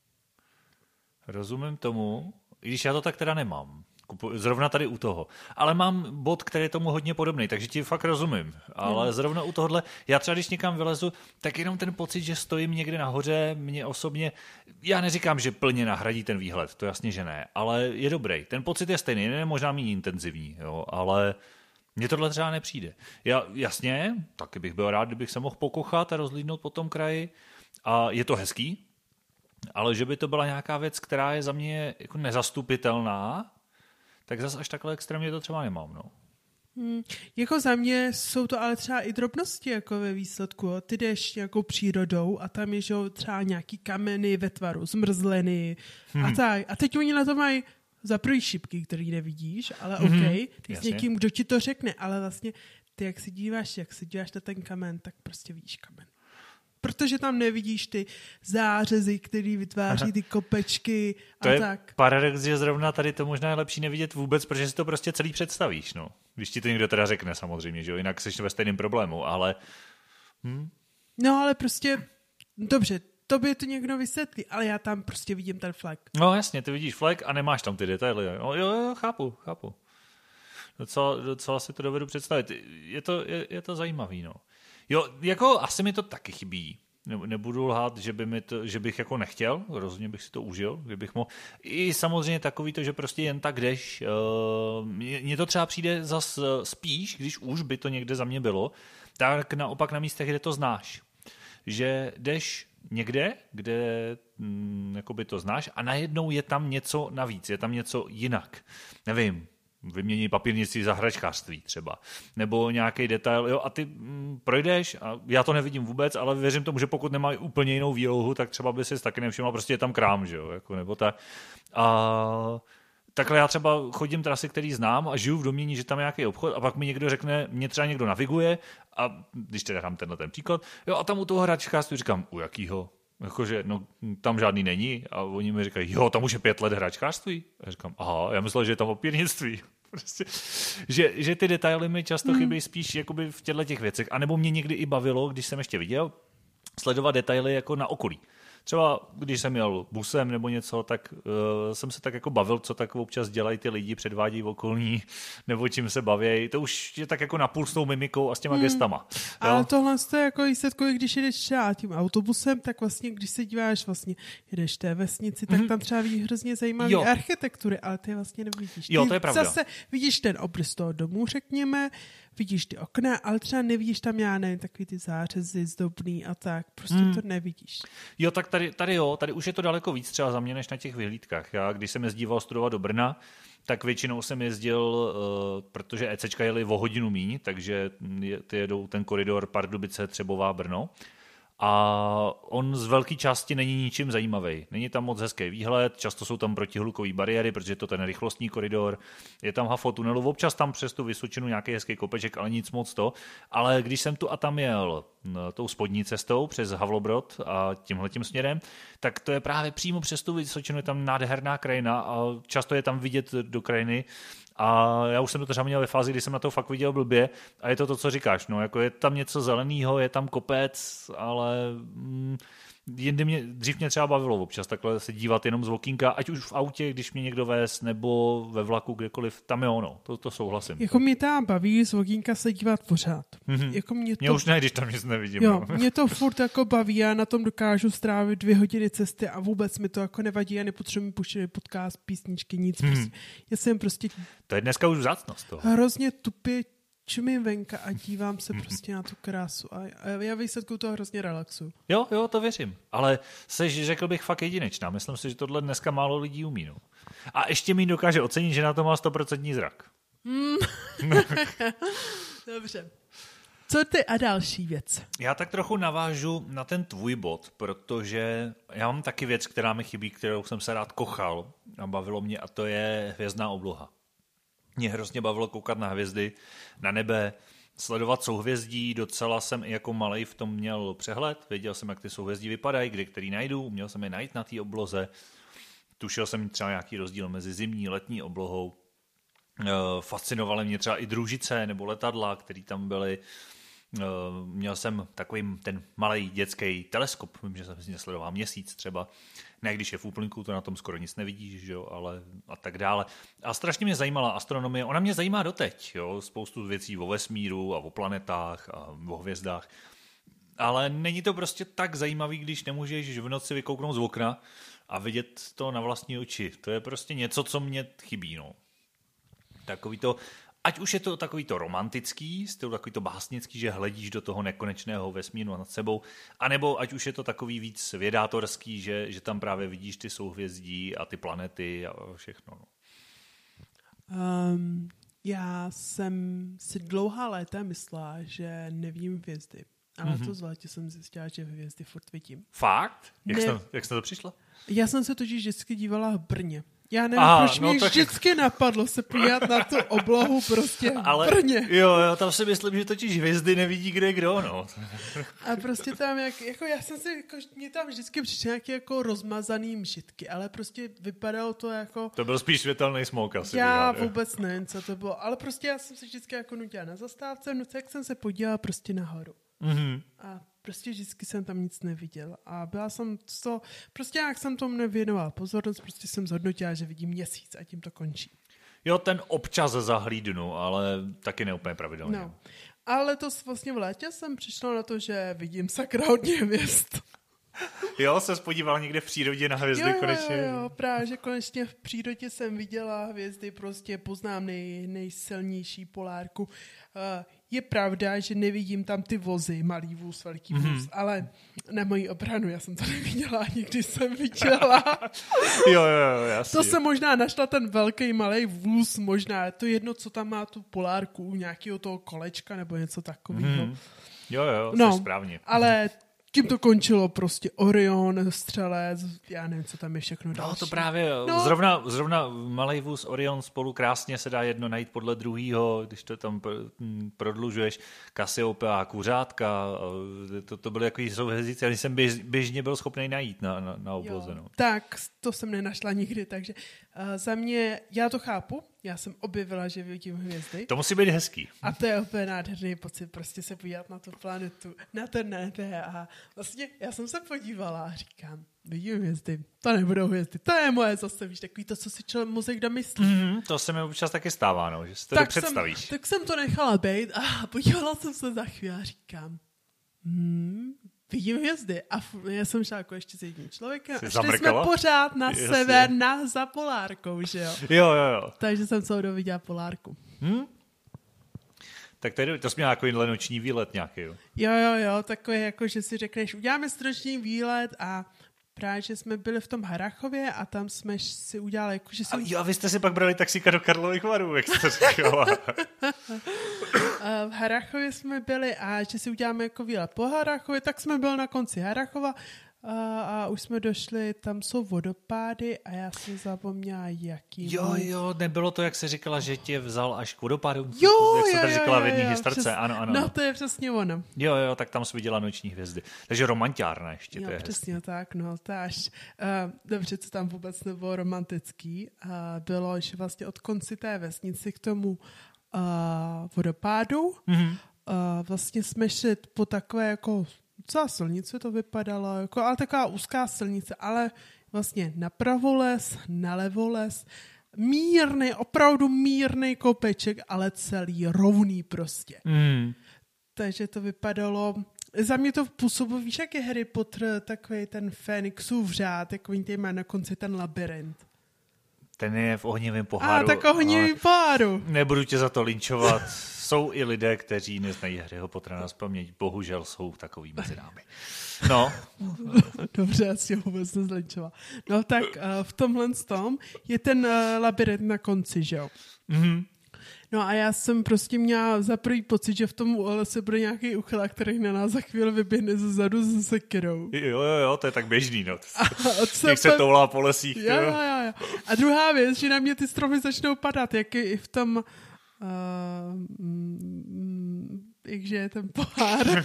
Rozumím tomu, i když já to tak teda nemám. Zrovna tady u toho. Ale mám bod, který je tomu hodně podobný, takže ti fakt rozumím. Ale hmm. zrovna u tohohle, já třeba když někam vylezu, tak jenom ten pocit, že stojím někde nahoře, mě osobně, já neříkám, že plně nahradí ten výhled, to jasně, že ne, ale je dobrý. Ten pocit je stejný, ne možná méně intenzivní, jo, ale mně tohle třeba nepřijde. Já, jasně, taky bych byl rád, kdybych se mohl pokochat a rozlídnout po tom kraji a je to hezký, ale že by to byla nějaká věc, která je za mě jako nezastupitelná, tak zase až takhle extrémně to třeba nemám, no. Hmm, jako za mě jsou to ale třeba i drobnosti jako ve výsledku. Ty jdeš nějakou přírodou a tam je že třeba nějaký kameny ve tvaru, zmrzleny hmm. a tak. A teď oni na to mají za první šipky, který nevidíš, ale hmm. OK, ty s někým, kdo ti to řekne, ale vlastně ty jak se díváš, jak se díváš na ten kamen, tak prostě vidíš kamen. Protože tam nevidíš ty zářezy, který vytváří Aha. ty kopečky a to tak. Je paradox, že zrovna tady to možná je lepší nevidět vůbec, protože si to prostě celý představíš, no. Když ti to někdo teda řekne samozřejmě, že jo, jinak jsi ve stejném problému, ale... Hm? No ale prostě, dobře, tobě to někdo vysvětlí, ale já tam prostě vidím ten flek. No jasně, ty vidíš flek a nemáš tam ty detaily. No, jo, jo, chápu, chápu. Docela, docela si to dovedu představit. Je to, je, je to zajímavý, no. Jo, jako asi mi to taky chybí. Nebudu lhát, že, by mi to, že bych jako nechtěl, rozhodně bych si to užil, kdybych mohl. I samozřejmě takový to, že prostě jen tak jdeš. Mně to třeba přijde zas spíš, když už by to někde za mě bylo, tak naopak na místech, kde to znáš. Že jdeš někde, kde hm, jakoby to znáš a najednou je tam něco navíc, je tam něco jinak. Nevím, vymění papírnictví za hračkářství třeba, nebo nějaký detail, jo, a ty mm, projdeš a já to nevidím vůbec, ale věřím tomu, že pokud nemají úplně jinou výlohu, tak třeba by si taky nevšiml, prostě je tam krám, že jo, jako, nebo tak. A takhle já třeba chodím trasy, který znám a žiju v domění, že tam je nějaký obchod a pak mi někdo řekne, mě třeba někdo naviguje a když teda dám tenhle ten příklad, jo, a tam u toho hračkářství říkám, u jakýho? Jakože, no, tam žádný není a oni mi říkají, jo, tam už je pět let hračkářství. A já říkám, aha, já myslel, že je tam papírnictví. Prostě, že, že ty detaily mi často mm. chybí spíš jakoby v těchto těch věcech. A nebo mě někdy i bavilo, když jsem ještě viděl, sledovat detaily jako na okolí. třeba když jsem jel busem nebo něco, tak uh, jsem se tak jako bavil, co tak občas dělají ty lidi, předvádějí okolní, nebo čím se baví. To už je tak jako napůl s tou mimikou a s těma hmm. gestama. Ale tohle je jako výsledku, když jedeš třeba tím autobusem, tak vlastně, když se díváš, vlastně jedeš té vesnici, tak hmm. tam třeba vidíš hrozně zajímavé architektury, ale ty vlastně nevidíš. Jo, to je pravda. Zase vidíš ten obrys toho domu, řekněme, vidíš ty okna, ale třeba nevidíš tam, já nevím, takový ty zářezy zdobný a tak, prostě hmm. to nevidíš. Jo, tak tady, tady jo, tady už je to daleko víc třeba za mě, než na těch vyhlídkách. Já, když jsem jezdíval studovat do Brna, tak většinou jsem jezdil, uh, protože ECčka jeli o hodinu míň, takže je, ty jedou ten koridor Pardubice, Třebová, Brno. A on z velké části není ničím zajímavý. Není tam moc hezký výhled, často jsou tam protihlukové bariéry, protože je to ten rychlostní koridor, je tam hafo tunelu, občas tam přes tu Vysočinu nějaký hezký kopeček, ale nic moc to. Ale když jsem tu a tam jel tou spodní cestou přes Havlobrod a tímhletím směrem, tak to je právě přímo přes tu Vysočinu, je tam nádherná krajina a často je tam vidět do krajiny. A já už jsem to třeba měl ve fázi, kdy jsem na to fakt viděl blbě a je to to, co říkáš, no, jako je tam něco zeleného, je tam kopec, ale mm, jindy mě, dřív mě třeba bavilo občas takhle se dívat jenom z okýnka, ať už v autě, když mě někdo vez, nebo ve vlaku, kdekoliv, tam je ono, to, to souhlasím. Jako mě tam baví z okýnka se dívat pořád. Mm-hmm. Jako mě, to... mě už ne, když tam nic nevidím. Jo, no. Mě to furt jako baví, já na tom dokážu strávit dvě hodiny cesty a vůbec mi to jako nevadí, já nepotřebuji puštěný podcast, písničky, nic. Mm-hmm. Prostě. Já jsem prostě... To je dneska už vzácnost toho. Hrozně tupě čumím venka a dívám se prostě na tu krásu a já výsledku toho hrozně relaxuju. Jo, jo, to věřím. Ale seš, řekl bych, fakt jedinečná. Myslím si, že tohle dneska málo lidí umí. No. A ještě mi dokáže ocenit, že na to má stoprocentní zrak. Mm. Dobře. Co ty a další věc? Já tak trochu navážu na ten tvůj bod, protože já mám taky věc, která mi chybí, kterou jsem se rád kochal a bavilo mě, a to je hvězdná obloha. Mě hrozně bavilo koukat na hvězdy, na nebe, sledovat souhvězdí, docela jsem i jako malej v tom měl přehled, věděl jsem, jak ty souhvězdí vypadají, kde který najdu, uměl jsem je najít na té obloze, tušil jsem třeba nějaký rozdíl mezi zimní, letní oblohou, fascinovaly mě třeba i družice nebo letadla, které tam byly. Měl jsem takový ten malej dětský teleskop, vím, že jsem si nesledoval měsíc třeba, ne když je v úplňku, to na tom skoro nic nevidíš, že jo, ale a tak dále. A strašně mě zajímala astronomie, ona mě zajímá doteď, jo, spoustu věcí o vesmíru a o planetách a o hvězdách, ale není to prostě tak zajímavý, když nemůžeš v noci vykouknout z okna a vidět to na vlastní oči. To je prostě něco, co mě chybí, no. Takový to, ať už je to takový to romantický, styl takový to básnický, že hledíš do toho nekonečného vesmíru nad sebou, anebo ať už je to takový víc vědátorský, že, že tam právě vidíš ty souhvězdí a ty planety a všechno. No. Um, já jsem si dlouhá léta myslela, že nevím hvězdy. Ale mm-hmm. to z létě jsem zjistila, že hvězdy furt vidím. Fakt? Jak, ne, jste, jak jste to přišla? Já jsem se totiž vždycky dívala v Brně. Já nevím, Aha, proč no mě tak... vždycky napadlo se podívat na tu oblohu prostě ale, v Brně. Jo, jo, tam si myslím, že totiž hvězdy nevidí kde kdo, no. A prostě tam, jak, jako já jsem si, jako, mě tam vždycky přišel nějaké jako rozmazaný mšitky, ale prostě vypadalo to jako... To byl spíš světelný smok asi. Já vyhádě. vůbec nevím, co to bylo, ale prostě já jsem se vždycky jako nutila na zastávce, no tak jsem se podívala prostě nahoru. Mm-hmm. A prostě vždycky jsem tam nic neviděl. A byla jsem to, prostě jak jsem tomu nevěnovala pozornost, prostě jsem zhodnotila, že vidím měsíc a tím to končí. Jo, ten občas zahlídnu, ale taky neúplně pravidelně. No. Ale letos vlastně v létě jsem přišla na to, že vidím sakra hodně hvězd. Jo, se spodíval někde v přírodě na hvězdy jo, konečně. Jo, jo, právě, že konečně v přírodě jsem viděla hvězdy, prostě poznám nej, nejsilnější polárku. Uh, je pravda, že nevidím tam ty vozy, malý vůz, veliký vůz, mm-hmm. ale na moji obranu, já jsem to neviděla, ani když jsem viděla. jo, jo, jo, jasně. To jsem možná našla ten velký, malý vůz, možná to jedno, co tam má tu polárku, nějakého toho kolečka nebo něco takového. Mm. Jo, jo, no, správně. Ale tím to končilo prostě Orion, Střelec, já nevím, co tam je všechno další. No to právě, no. zrovna, zrovna malej vůz Orion spolu krásně se dá jedno najít podle druhýho, když to tam prodlužuješ, Kasiopeia, kuřátka, to, to byly takový souhvězdící, ale jsem běž, běžně byl schopný najít na, na, na obloze. No. Tak, to jsem nenašla nikdy, takže uh, za mě, já to chápu, Já jsem objevila, že vidím hvězdy. To musí být hezký. A to je úplně nádherný pocit, prostě se podívat na tu planetu, na ten nebe a vlastně já jsem se podívala a říkám, vidím hvězdy, to nebudou hvězdy, to je moje zase, víš, takový to, co si člověk mozek domyslí. Mm, to se mi občas taky stává, no, že si to tak představíš. Jsem, tak jsem to nechala být a podívala jsem se za chvíli a říkám, hmm, vidím hvězdy. A já jsem šla jako ještě s jedním člověkem Jsi a šli zamrkala? jsme pořád na Jasně. sever, na, za polárkou, že jo. Jo, jo, jo. Takže jsem celou dobu viděla polárku. Hm? Tak tady, to jsi měl jako jinhle noční výlet nějaký, jo? Jo, jo, jo, takové jako, že si řekneš, uděláme stroční výlet a právě, že jsme byli v tom Harrachově a tam jsme si udělali, jako, že jsem... A jo, a vy jste si pak brali taxíka do Karlových Varů, jak jste říkala. V Harrachově jsme byli a že si uděláme jako výlet po Harrachově, tak jsme byli na konci Harrachova a, a už jsme došli, tam jsou vodopády a já jsem zapomněla, jaký... Jo, jo, nebylo to, jak se říkala, že tě vzal až k vodopádu, Jo, jak jo, se tady jo, říkala jo, v jedné jo, historce, přes... ano, ano. No, to je přesně ono. Jo, jo, tak tam jsi viděla noční hvězdy. Takže romantiárna ještě, Jo, to je přesně hezký. tak, no, to až, uh, dobře, co tam vůbec nebylo romantický, uh, bylo, že vlastně od konci té vesnici k tomu uh, vodopádu, mm-hmm. uh, vlastně jsme šli po takové jako, celá silnice to vypadalo, jako, ale taková úzká silnice, ale vlastně napravo les, nalevo les, mírný, opravdu mírný kopeček, ale celý rovný prostě. Mm. Takže to vypadalo... Za mě to působilo, víš, jak je Harry Potter, takový ten Fénixův řád, takový ten má na konci ten labirint. Ten je v ohnivém poháru. A tak ohnivý poháru. Nebudu tě za to linčovat. Jsou i lidé, kteří neznají Harryho Pottera na paměť. Bohužel jsou takový mezi námi. No. Dobře, já si ho vůbec nezlinčoval. No tak uh, v tomhle tom je ten uh, labirint na konci, že jo? Mhm. No a já jsem prostě měla za prvý pocit, že v tom lese bude nějaký uchylák, který na nás za chvíli vyběhne ze zadu se sekirou. Jo, jo, jo, to je tak běžný, no. A Jak se toulá po lesích. Jo, jo, jo, jo. A druhá věc, že na mě ty stromy začnou padat, jak i v tom, uh, mm, jakže je ten pohár.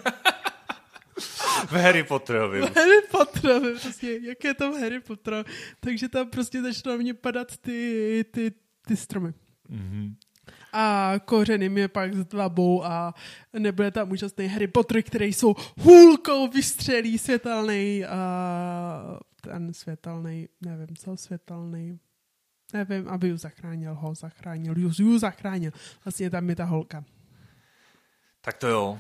V Harry Potterovi. V Harry Potterovi, prostě, jak je to v Harry Potterovi. Takže tam prostě začnou na mě padat ty, ty, ty stromy. Mhm. A kořeny mě pak zdvabou a nebude tam úžasný Harry Potter, který jsou hůlkou vystřelí světelný a ten světelný, nevím co, světelný, nevím, aby ju zachránil, ho zachránil, ju, ju zachránil. Vlastně tam je ta holka. Tak to jo.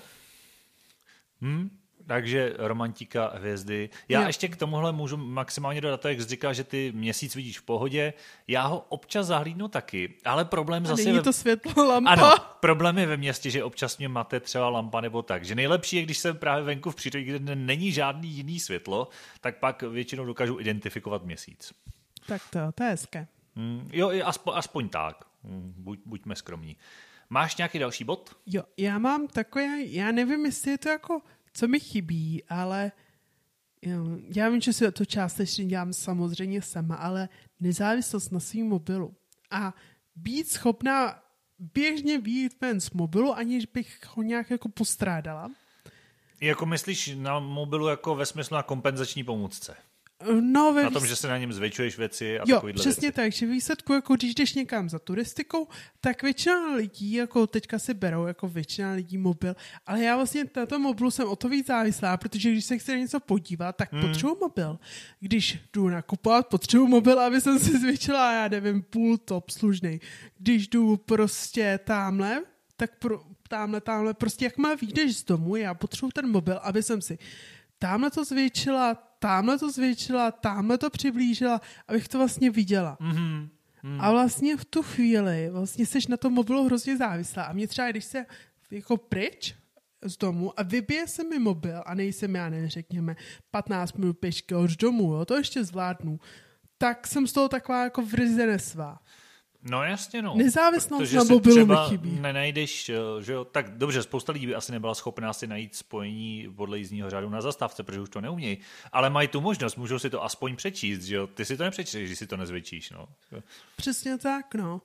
Hm? Takže romantika, hvězdy. Já jo. ještě k tomuhle můžu maximálně dodat to, jak jsi říkal, že ty měsíc vidíš v pohodě. Já ho občas zahlídnu taky, ale problém A zase... není ve... to světlo lampa? Ano, problém je ve městě, že občas mě mate třeba lampa nebo tak. Že nejlepší je, když jsem právě venku v přírodě, kde není žádný jiný světlo, tak pak většinou dokážu identifikovat měsíc. Tak to, to je hezké. Hmm, jo, aspoň, aspoň tak. Hmm, buď, buďme skromní. Máš nějaký další bod? Jo, já mám takové, já nevím, jestli je to jako, co mi chybí, ale jo, já vím, že si to částečně dělám samozřejmě sama, ale nezávislost na svým mobilu. A být schopná běžně vyjít ven z mobilu, aniž bych ho nějak jako postrádala. Jako myslíš na mobilu jako ve smyslu na kompenzační pomůcce? No, ve Na tom, že se na něm zvětšuješ věci a jo, takovýhle přesně věci. tak, že výsledku, jako když jdeš někam za turistikou, tak většina lidí, jako teďka si berou, jako většina lidí mobil, ale já vlastně na tom mobilu jsem o to víc závislá, protože když se chci na něco podívat, tak hmm. potřebuji mobil. Když jdu nakupovat, potřebuji mobil, aby jsem si zvětšila, já nevím, půl top služnej. Když jdu prostě tamhle, tak pro, tamhle, tamhle, prostě jak má vyjdeš z domu, já potřebuji ten mobil, aby jsem si tamhle to zvětšila, tamhle to zvětšila, tamhle to přiblížila, abych to vlastně viděla. Mm-hmm. Mm. A vlastně v tu chvíli vlastně seš na tom mobilu hrozně závislá. A mě třeba, když se jako pryč z domu a vybije se mi mobil a nejsem já, ne, řekněme, patnáct minut pěšky od domu, jo, to ještě zvládnu, tak jsem z toho taková jako v ryze nesvá. No jasně, no. Nezávislost na mobilu mi chybí. Nenajdeš, že jo, tak dobře, spousta lidí by asi nebyla schopná si najít spojení podle jízdního řádu na zastávce, protože už to neumějí, ale mají tu možnost, můžou si to aspoň přečíst, že jo, ty si to nepřečteš, když si to nezvětšíš, no. Přesně tak, no.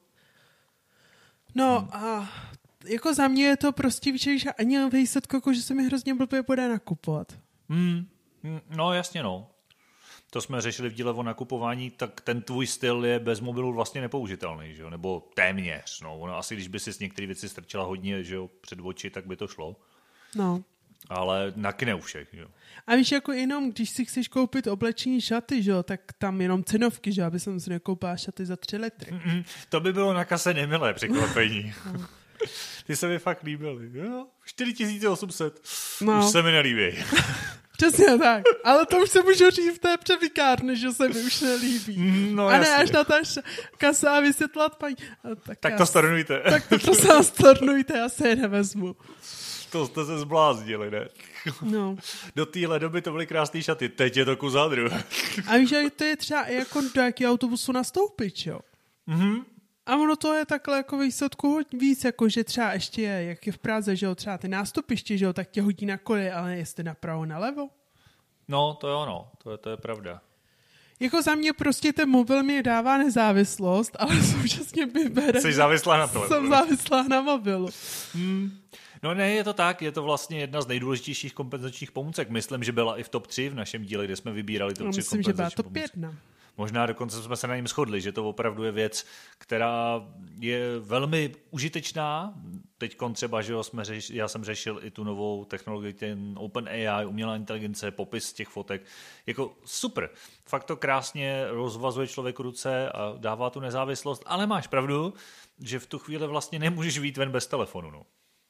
No hmm. a jako za mě je to prostě víš, že ani výsledku, jako že se mi hrozně blbě bude nakupovat. Hmm. No jasně, no. to jsme řešili v díle o nakupování, tak ten tvůj styl je bez mobilu vlastně nepoužitelný, že jo? Nebo téměř. No. Ono asi, když by si některé věci strčila hodně, že jo, před oči, tak by to šlo. No. Ale naky ne u všech, jo. A víš, jako jenom, když si chceš koupit oblečení šaty, že jo, tak tam jenom cenovky, že aby jsem si nekoupila šaty za tři litry. Mm-mm, to by bylo na kase nemilé překvapení. No. Ty se mi fakt líbily. Jo, čtyři tisíce osm set. No. Už se mi nelíbí. Přesně tak. Ale to už se můžu říct v té převíkárně, že se mi už nelíbí. No, a ne až na ta kasa a vysvětlat paní. Tak, tak to stornujte. Tak to prosím vás stornujte, já se je nevezmu. To jste se zbláznili, ne? No. Do téhle doby to byly krásný šaty, teď je to kus zádru. A víš, že to je třeba jako do jakého autobusu nastoupit, jo? Mhm. A ono to je takhle jako výsledku víc, jako že třeba ještě je, jak je v Praze, že jo, třeba ty nástupiště, že jo, tak tě hodí na kole, ale jestli napravo, nalevo. No, to je ono, to je, to je pravda. Jako za mě prostě ten mobil mi dává nezávislost, ale současně by bere... Jsi závislá na tom. Jsem závislá na mobilu. Hmm. No ne, je to tak, je to vlastně jedna z nejdůležitějších kompenzačních pomůcek. Myslím, že byla i v top tři v našem díle, kde jsme vybírali top no, tři myslím, kompenzační že byla top jedna. Možná dokonce jsme se na něm shodli, že to opravdu je věc, která je velmi užitečná. Teď třeba, že jo, jsme řeš, já jsem řešil i tu novou technologii, ten OpenAI, umělá inteligence, popis těch fotek. Jako super. Fakt to krásně rozvazuje člověku ruce a dává tu nezávislost, ale máš pravdu, že v tu chvíli vlastně nemůžeš vyjít ven bez telefonu. No.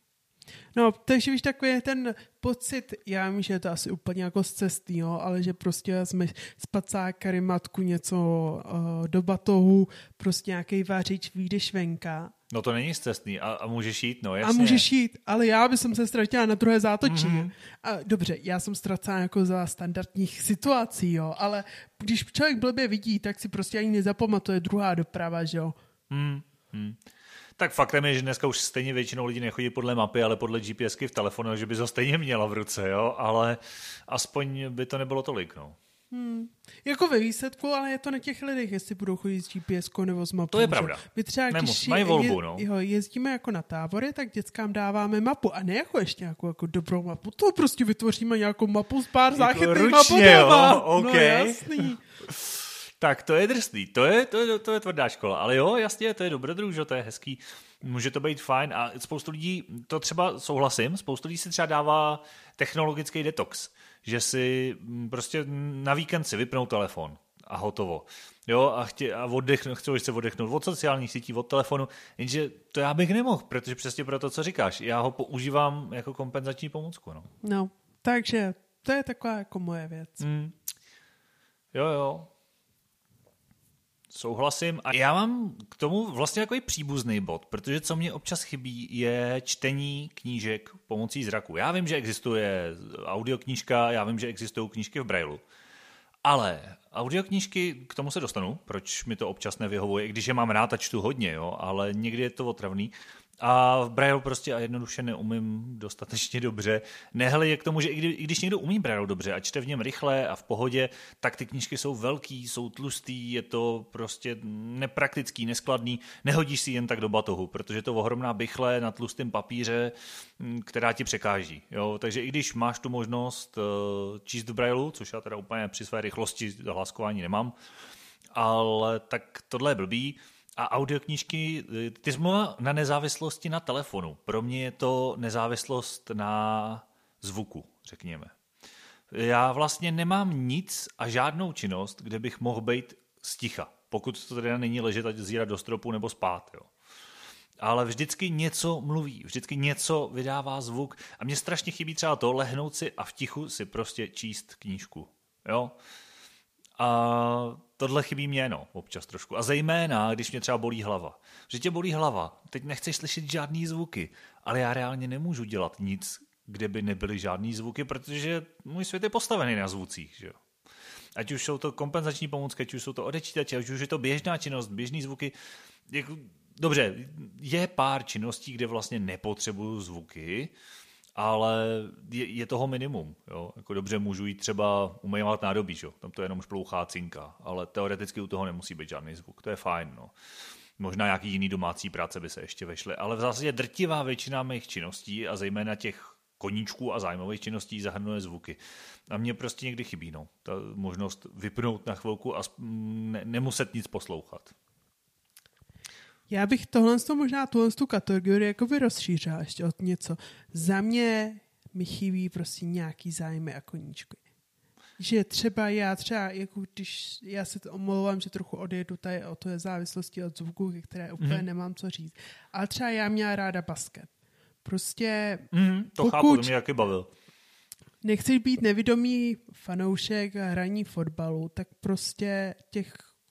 No, takže víš, takový ten pocit, já vím, že je to asi úplně jako z cesty, jo, ale že prostě jsme spacákali matku něco uh, do batohu, prostě nějaký vařič, vyjdeš venka. No to není zcestný a, a můžeš jít, no jasně. A můžeš jít, ale já bych se ztratila na druhé zátočí. Mm-hmm. A dobře, já jsem ztracela jako za standardních situací, jo, ale když člověk blbě vidí, tak si prostě ani nezapamatuje druhá doprava, že jo. Mm, mm. Tak faktem je, že dneska už stejně většinou lidí nechodí podle mapy, ale podle GPSky v telefonu, že by to stejně měla v ruce, jo, ale aspoň by to nebylo tolik, no. Hmm. Jako ve výsledku, ale je to na těch lidech, jestli budou chodit s GPSkou nebo s mapou. To je pravda. My třeba, Nemus, když mají volbu, je, no. jo, jezdíme jako na tábory, tak dětskám dáváme mapu a ne jako ještě nějakou jako dobrou mapu. To prostě vytvoříme nějakou mapu s pár záchytnýma bodama. Okay. No jasný. Tak to je drsný, to je, to, je, to je tvrdá škola, ale jo, jasně, to je dobrodružo, to je hezký, může to být fajn a spoustu lidí, to třeba souhlasím, spoustu lidí si třeba dává technologický detox, že si prostě na víkend si vypnou telefon a hotovo. Jo, a, chtě, a oddechnout, chcou se oddechnout od sociálních sítí, od telefonu, jenže to já bych nemohl, protože přesně pro to, co říkáš, já ho používám jako kompenzační pomůcku. No, no takže to je taková jako moje věc. Mm. Jo, jo. Souhlasím. A já mám k tomu vlastně takový příbuzný bod, protože co mě občas chybí, je čtení knížek pomocí zraku. Já vím, že existuje audioknížka, já vím, že existují knížky v brailu, ale audioknížky, k tomu se dostanu, proč mi to občas nevyhovuje, i když je mám rád a čtu hodně, jo, ale někdy je to otravný. A v brailu prostě a jednoduše neumím dostatečně dobře. Nehledě je k tomu, že i, kdy, i když někdo umí braille dobře a čte v něm rychle a v pohodě, tak ty knížky jsou velký, jsou tlustý, je to prostě nepraktický, neskladný, nehodíš si jen tak do batohu, protože je to ohromná bychle na tlustém papíře, která ti překáží. Jo? Takže i když máš tu možnost uh, číst v brailu, což já teda úplně při své rychlosti hlaskování nemám, ale tak tohle je blbý. A audioknížky, ty jsi mluvila na nezávislosti na telefonu. Pro mě je to nezávislost na zvuku, řekněme. Já vlastně nemám nic a žádnou činnost, kde bych mohl být sticha, pokud to teda není ležet a zírat do stropu nebo spát. Jo. Ale vždycky něco mluví, vždycky něco vydává zvuk a mně strašně chybí třeba to lehnout si a v tichu si prostě číst knížku. Jo. A tohle chybí mě, no, občas trošku. A zejména, když mě třeba bolí hlava. Že tě bolí hlava, teď nechceš slyšet žádný zvuky, ale já reálně nemůžu dělat nic, kde by nebyly žádný zvuky, protože můj svět je postavený na zvucích, že jo. Ať už jsou to kompenzační pomůcky, ať už jsou to odečítače, ať už je to běžná činnost, běžný zvuky. Jako, dobře, je pár činností, kde vlastně nepotřebuju zvuky, ale je, je toho minimum. Jo? Jako dobře můžu jít třeba umývat nádobí, jo? Tam to jenom šplouchá cinka, ale teoreticky u toho nemusí být žádný zvuk, to je fajn. No. Možná nějaký jiný domácí práce by se ještě vešly, ale v zásadě drtivá většina mých činností a zejména těch koníčků a zájmových činností zahrnuje zvuky. A mně prostě někdy chybí, no, ta možnost vypnout na chvilku a ne, nemuset nic poslouchat. Já bych tohle možná tuhle tu kategorii jakoby rozšířila ještě od něco. Za mě mi chybí prostě nějaký zájmy a koníčky. Že třeba já třeba, jako když já se to omlouvám, že trochu odjedu tady o to je závislosti od zvuku, které úplně mm. nemám co říct. Ale třeba já měla ráda basket. Prostě mm, to chápu, to mě taky bavil. Nechceš být nevědomý fanoušek hraní fotbalu, tak prostě těch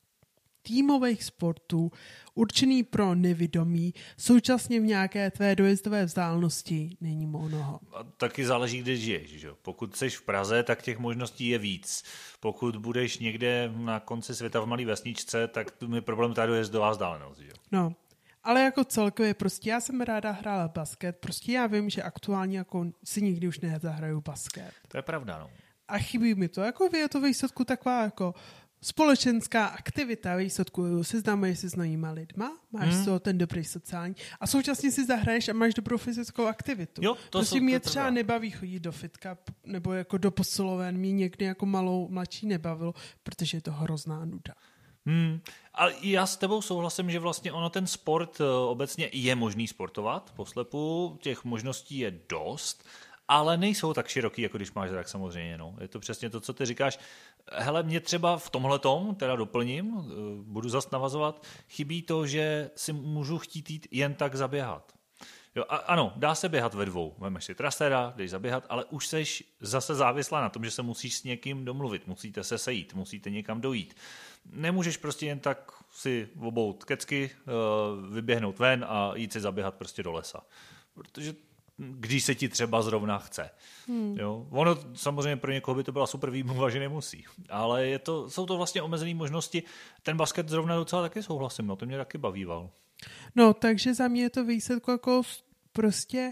týmových sportů určený pro nevědomí, současně v nějaké tvé dojezdové vzdálenosti není mnoho. A taky záleží, kde žiješ. Že? Pokud jsi v Praze, tak těch možností je víc. Pokud budeš někde na konci světa v malé vesničce, tak tu je problém ta dojezdová vzdálenost. Že? No, ale jako celkově prostě já jsem ráda hrála basket, prostě já vím, že aktuálně jako si nikdy už nezahraju basket. To je pravda, no. A chybí mi to, jako je to výsledku taková jako společenská aktivita, výsledku seznámíš se s novýma lidma, máš hmm. to, ten dobrý sociální a současně si zahraješ a máš dobrou fyzickou aktivitu. Jo, to prostě jsou, mě to třeba nebaví chodit do fitka nebo jako do posiloven, mě někdy jako malou mladší nebavilo, protože je to hrozná nuda. Hmm. A já s tebou souhlasím, že vlastně ono ten sport obecně je možný sportovat poslepu, těch možností je dost, ale nejsou tak široký, jako když máš zrak samozřejmě. No. Je to přesně to, co ty říkáš. Hele, mě třeba v tomhletom, teda doplním, budu zas navazovat, chybí to, že si můžu chtít jít jen tak zaběhat. Jo, a ano, dá se běhat ve dvou. Vemeš si trasera, jdeš zaběhat, ale už seš zase závislá na tom, že se musíš s někým domluvit, musíte se sejít, musíte někam dojít. Nemůžeš prostě jen tak si obout kecky, vyběhnout ven a jít si zaběhat prostě do lesa. Protože když se ti třeba zrovna chce. Hmm. Jo? Ono samozřejmě pro někoho by to byla super výmluva, že nemusí. Ale je to, jsou to vlastně omezené možnosti. Ten basket zrovna docela taky souhlasím, no to mě taky bavíval. No, takže za mě je to výsledku jako prostě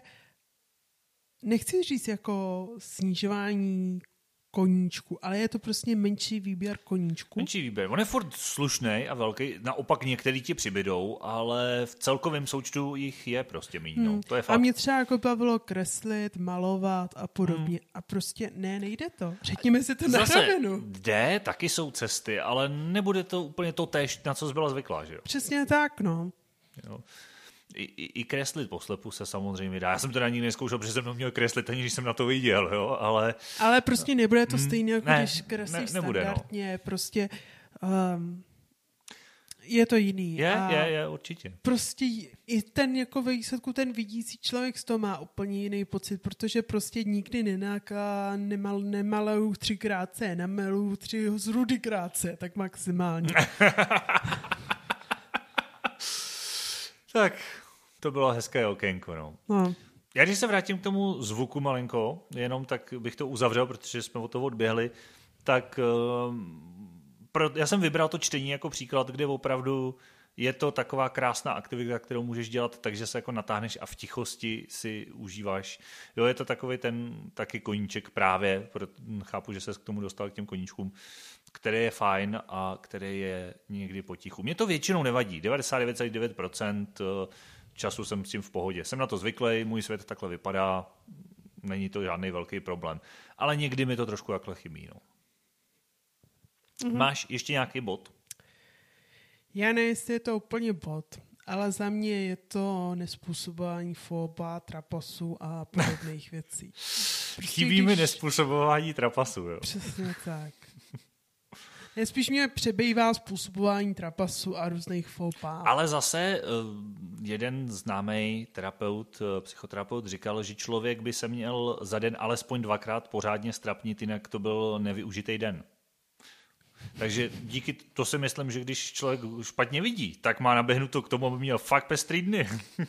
nechci říct jako snižování koníčku, ale je to prostě menší výběr koníčku. Menší výběr. On je furt slušnej a velký, naopak některý ti přibydou, ale v celkovém součtu jich je prostě méně. Hmm. No. To je fakt. A mě třeba jako bavilo kreslit, malovat a podobně. Hmm. A prostě ne, nejde to. Řekněme si to na rovinu. Jde, taky jsou cesty, ale nebude to úplně to též, na co jsi byla zvyklá, že jo? Přesně tak, no. Jo. I, i, I kreslit poslepu se samozřejmě dá. Já jsem to na nikdy neskoušel, protože jsem neměl kreslit, ani když jsem na to viděl, jo, ale... Ale prostě nebude to stejné, jako ne, když kreslíš ne, nebude, standardně, no. Prostě um, je to jiný. Je, a je, je, určitě. Prostě i ten jako výsledku, ten vidící člověk z toho má úplně jiný pocit, protože prostě nikdy nenáka, nemal, nemaluju třikrát se, nemaluju tři zrudy krátce, tak maximálně. Tak, to bylo hezké okénko, no. no. Já když se vrátím k tomu zvuku malinko, jenom tak bych to uzavřel, protože jsme od toho odběhli, tak uh, pro, já jsem vybral to čtení jako příklad, kde opravdu je to taková krásná aktivita, kterou můžeš dělat, takže se jako natáhneš a v tichosti si užíváš. Jo, je to takový ten taky koníček právě, chápu, že se k tomu dostal k těm koníčkům, který je fajn a který je někdy potichu. Mně to většinou nevadí. devadesát devět celá devět procent času jsem s tím v pohodě. Jsem na to zvyklý, můj svět takhle vypadá, není to žádný velký problém. Ale někdy mi to trošku takhle chybí. No. Mm-hmm. Máš ještě nějaký bod? Já nevím, jestli je to úplně bod, ale za mě je to nespůsobování fóba, trapasu a podobných věcí. Prostě chybí když... mi nespůsobování trapasu. Jo. Přesně tak. Spíš mě přebývá způsobování trapasu a různých fópá. Ale zase jeden známý terapeut, psychoterapeut říkal, že člověk by se měl za den alespoň dvakrát pořádně strapnit, jinak to byl nevyužitý den. Takže díky to si myslím, že když člověk špatně vidí, tak má naběhnuto k tomu, aby měl fakt pestrý dny.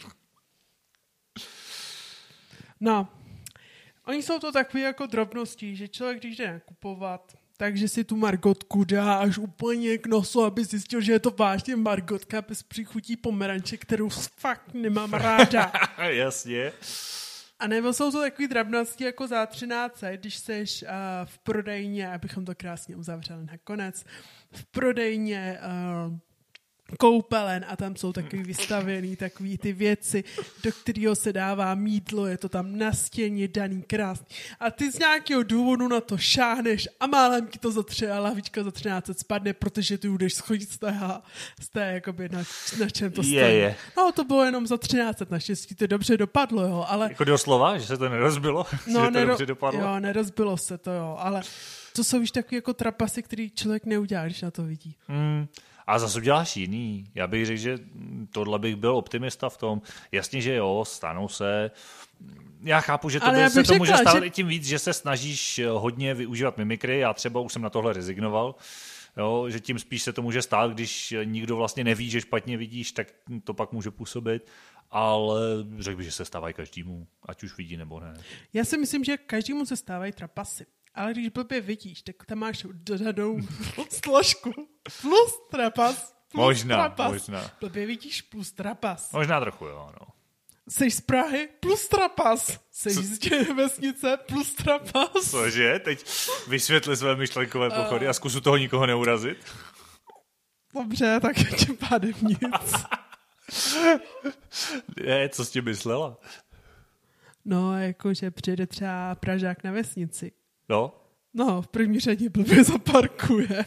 No, oni jsou to takové jako drobnosti, že člověk, když jde nakupovat, takže si tu margotku dá až úplně k nosu, aby zjistil, že je to vážně margotka bez příchutí pomeranče, kterou fakt nemám ráda. Jasně. A nebo jsou to takový drobnosti jako za třináct, když seš uh, v prodejně, abychom to krásně uzavřeli nakonec, v prodejně uh, koupelen a tam jsou takový vystavěný takový ty věci, do kterého se dává mýdlo, je to tam na stěně daný krásný. A ty z nějakého důvodu na to šáhneš a málem ti to za tři a lavička za třináct spadne, protože ty budeš schodit z té, z té jakoby na, na čem to stojí. Je, je. No to bylo jenom za třináct, naštěstí to dobře dopadlo, jo, ale... Jako doslova, že se to nerozbilo? No, že to nero... dobře dopadlo? Jo, nerozbilo se to, jo, ale to jsou už takový jako trapasy, který člověk neudělá, když na to vidí. Hmm. A zase uděláš jiný. Já bych řekl, že tohle bych byl optimista v tom. Jasně, že jo, stanou se. Já chápu, že to by se to může stát že... i tím víc, že se snažíš hodně využívat mimikry. Já třeba už jsem na tohle rezignoval. Jo, že tím spíš se to může stát, když nikdo vlastně neví, že špatně vidíš, tak to pak může působit. Ale řekl bych, že se stávají každému, ať už vidí nebo ne. Já si myslím, že každému se stávají trapasy. Ale když blbě vidíš, tak tam máš dodanou složku. Plus trapas. Plus možná, trapas. možná. Blbě vidíš plus trapas. Možná trochu, jo. No. Seš z Prahy plus trapas. Seš z vesnice plus trapas. Cože? Teď vysvětli své myšlenkové pochody uh, a zkusu toho nikoho neurazit. Dobře, tak tím pádem nic. Je, co jsi myslela? No, jakože přijde třeba Pražák na vesnici. No? No, v první řadě blbě zaparkuje.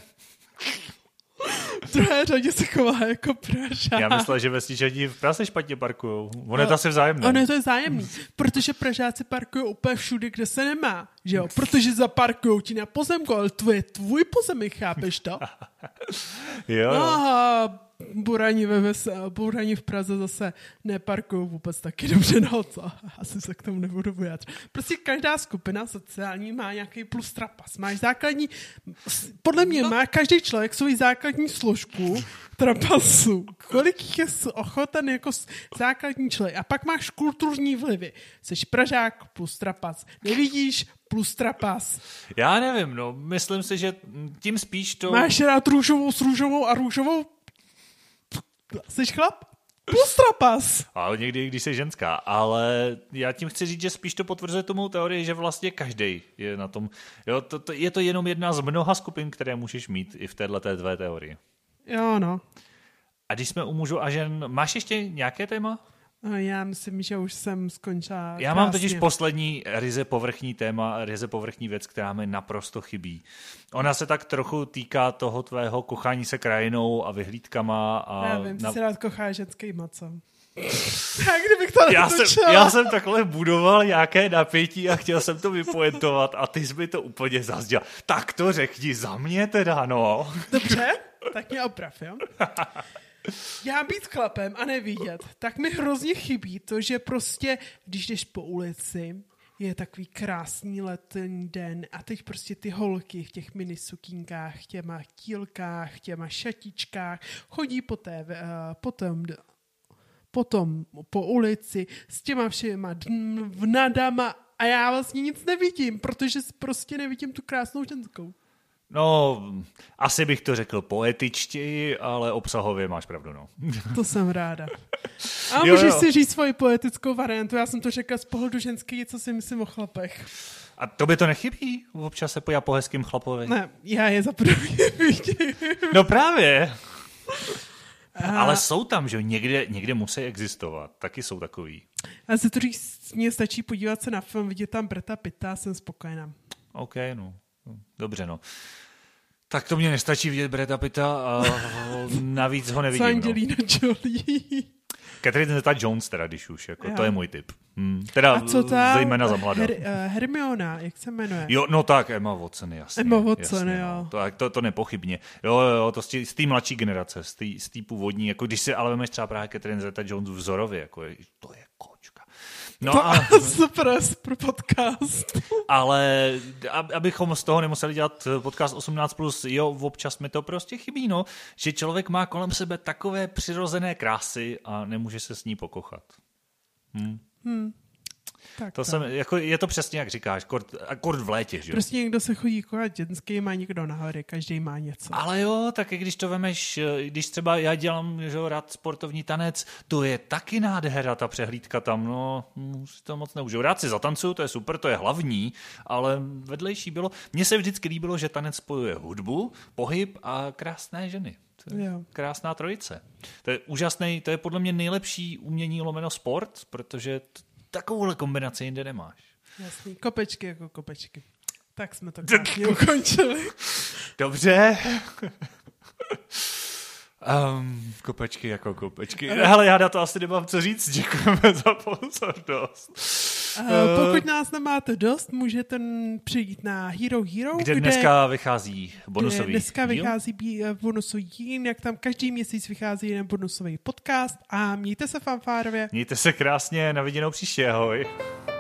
V druhé řadě se chová jako Pražák. Já myslel, že vesničani v Praze špatně parkujou. Ono je to asi vzájemné. Ono je to vzájemný, protože Pražáci parkují úplně všude, kde se nemá. Že jo? Protože zaparkujou ti na pozemku, ale to je tvůj pozemek, chápeš to? Jo, no a burani, ve ves, burani v Praze zase neparkují vůbec taky dobře, no co? Asi se k tomu nebudu vyjádřit. Prostě každá skupina sociální má nějaký plus trapas. Máš základní, podle mě má každý člověk svou základní složku trapasu. Kolik jich je ochoten jako základní člověk. A pak máš kulturní vlivy. Jseš Pražák plus trapas. Nevidíš plus trapas. Já nevím, no. Myslím si, že tím spíš to... Máš rád růžovou s růžovou a růžovou? Jseš chlap? Plus trapas. Ale někdy, když jsi ženská. Ale já tím chci říct, že spíš to potvrzuje tomu teorii, že vlastně každej je na tom. Jo, to, to, je to jenom jedna z mnoha skupin, které můžeš mít i v této tvé teorii. Jo, no. A když jsme u mužů a žen, máš ještě nějaké téma? Já myslím, že už jsem skončila Já krásně. mám totiž poslední ryze povrchní téma, ryze povrchní věc, která mi naprosto chybí. Ona se tak trochu týká toho tvého kochání se krajinou a vyhlídkama. A já vím, ty na... si rád kocháš ženský maco. Jak kdybych to já jsem, já jsem takhle budoval nějaké napětí a chtěl jsem to vypointovat a ty jsi mi to úplně zazděl. Tak to řekni za mě teda, no. Dobře, tak mě oprav, jo? Já být chlapem a nevidět, tak mi hrozně chybí to, že prostě, když jdeš po ulici, je takový krásný letní den a teď prostě ty holky v těch minisukínkách, těma tílkách, těma šatičkách chodí po té, uh, potom, potom po ulici s těma všema vnadama a já vlastně nic nevidím, protože prostě nevidím tu krásnou ženskou. No, asi bych to řekl poetičtěji, ale obsahově máš pravdu, no. To jsem ráda. A jo, můžeš jo. si říct svoji poetickou variantu, já jsem to řekla z pohledu ženský, co si myslím o chlapech. A to by to nechybí? Občas se pojá po hezkým chlapovi. Ne, já je za první vidím. No právě. A... Ale jsou tam, že někde, někde musí existovat. Taky jsou takový. A za to mě stačí podívat se na film, vidět tam Brada Pitta, jsem spokojená. OK, no. Dobře, no. Tak to mě nestačí vidět Brada Pitta a navíc ho nevidím. Angelina no. Jolie. Catherine Zeta-Jones teda, když už, jako, to je můj tip. Hmm. Teda a co ta zejména za mladá. Her, uh, Hermiona, jak se jmenuje? Jo, no tak, Emma Watson, jasně. Emma Watson, jasně, jo. No. To, to, to nepochybně. Jo, jo, to z té mladší generace, z té původní, jako když si ale vemeš třeba právě Catherine Zeta-Jones vzorově, jako je, to je kočka. No to a, super pro podcast. Ale abychom z toho nemuseli dělat podcast osmnáct plus, jo, občas mi to prostě chybí, no, že člověk má kolem sebe takové přirozené krásy a nemůže se s ní pokochat. Hm. Hmm. Tak, to tak. Jsem, jako, je to přesně, jak říkáš, kort, kort v létě, že jo? Prostě někdo se chodí koukat ženský, má někdo nahoře, každý má něco. Ale jo, tak když to vemeš, když třeba já dělám, že jo, rád sportovní tanec, to je taky nádhera, ta přehlídka tam, no, si to moc neužiju. Rád si zatancuju, to je super, to je hlavní, ale vedlejší bylo, mně se vždycky líbilo, že tanec spojuje hudbu, pohyb a krásné ženy. To je krásná trojice. To je úžasný, to je podle mě nejlepší umění lomeno sport, protože t- takovouhle kombinaci jinde nemáš. Jasný, kopečky jako kopečky. Tak jsme to krásně ukončili. Dobře. Um, kopečky jako kopečky. Hele, já na to asi nemám co říct. Děkujeme za pozornost. Uh, pokud nás nemáte dost, můžete přijít na Hero Hero, kde, kde dneska vychází bonusový kde dneska díl. vychází bonusový díl, jak tam každý měsíc vychází jeden bonusový podcast a mějte se fanfárově. Mějte se krásně, na viděnou příště, ahoj.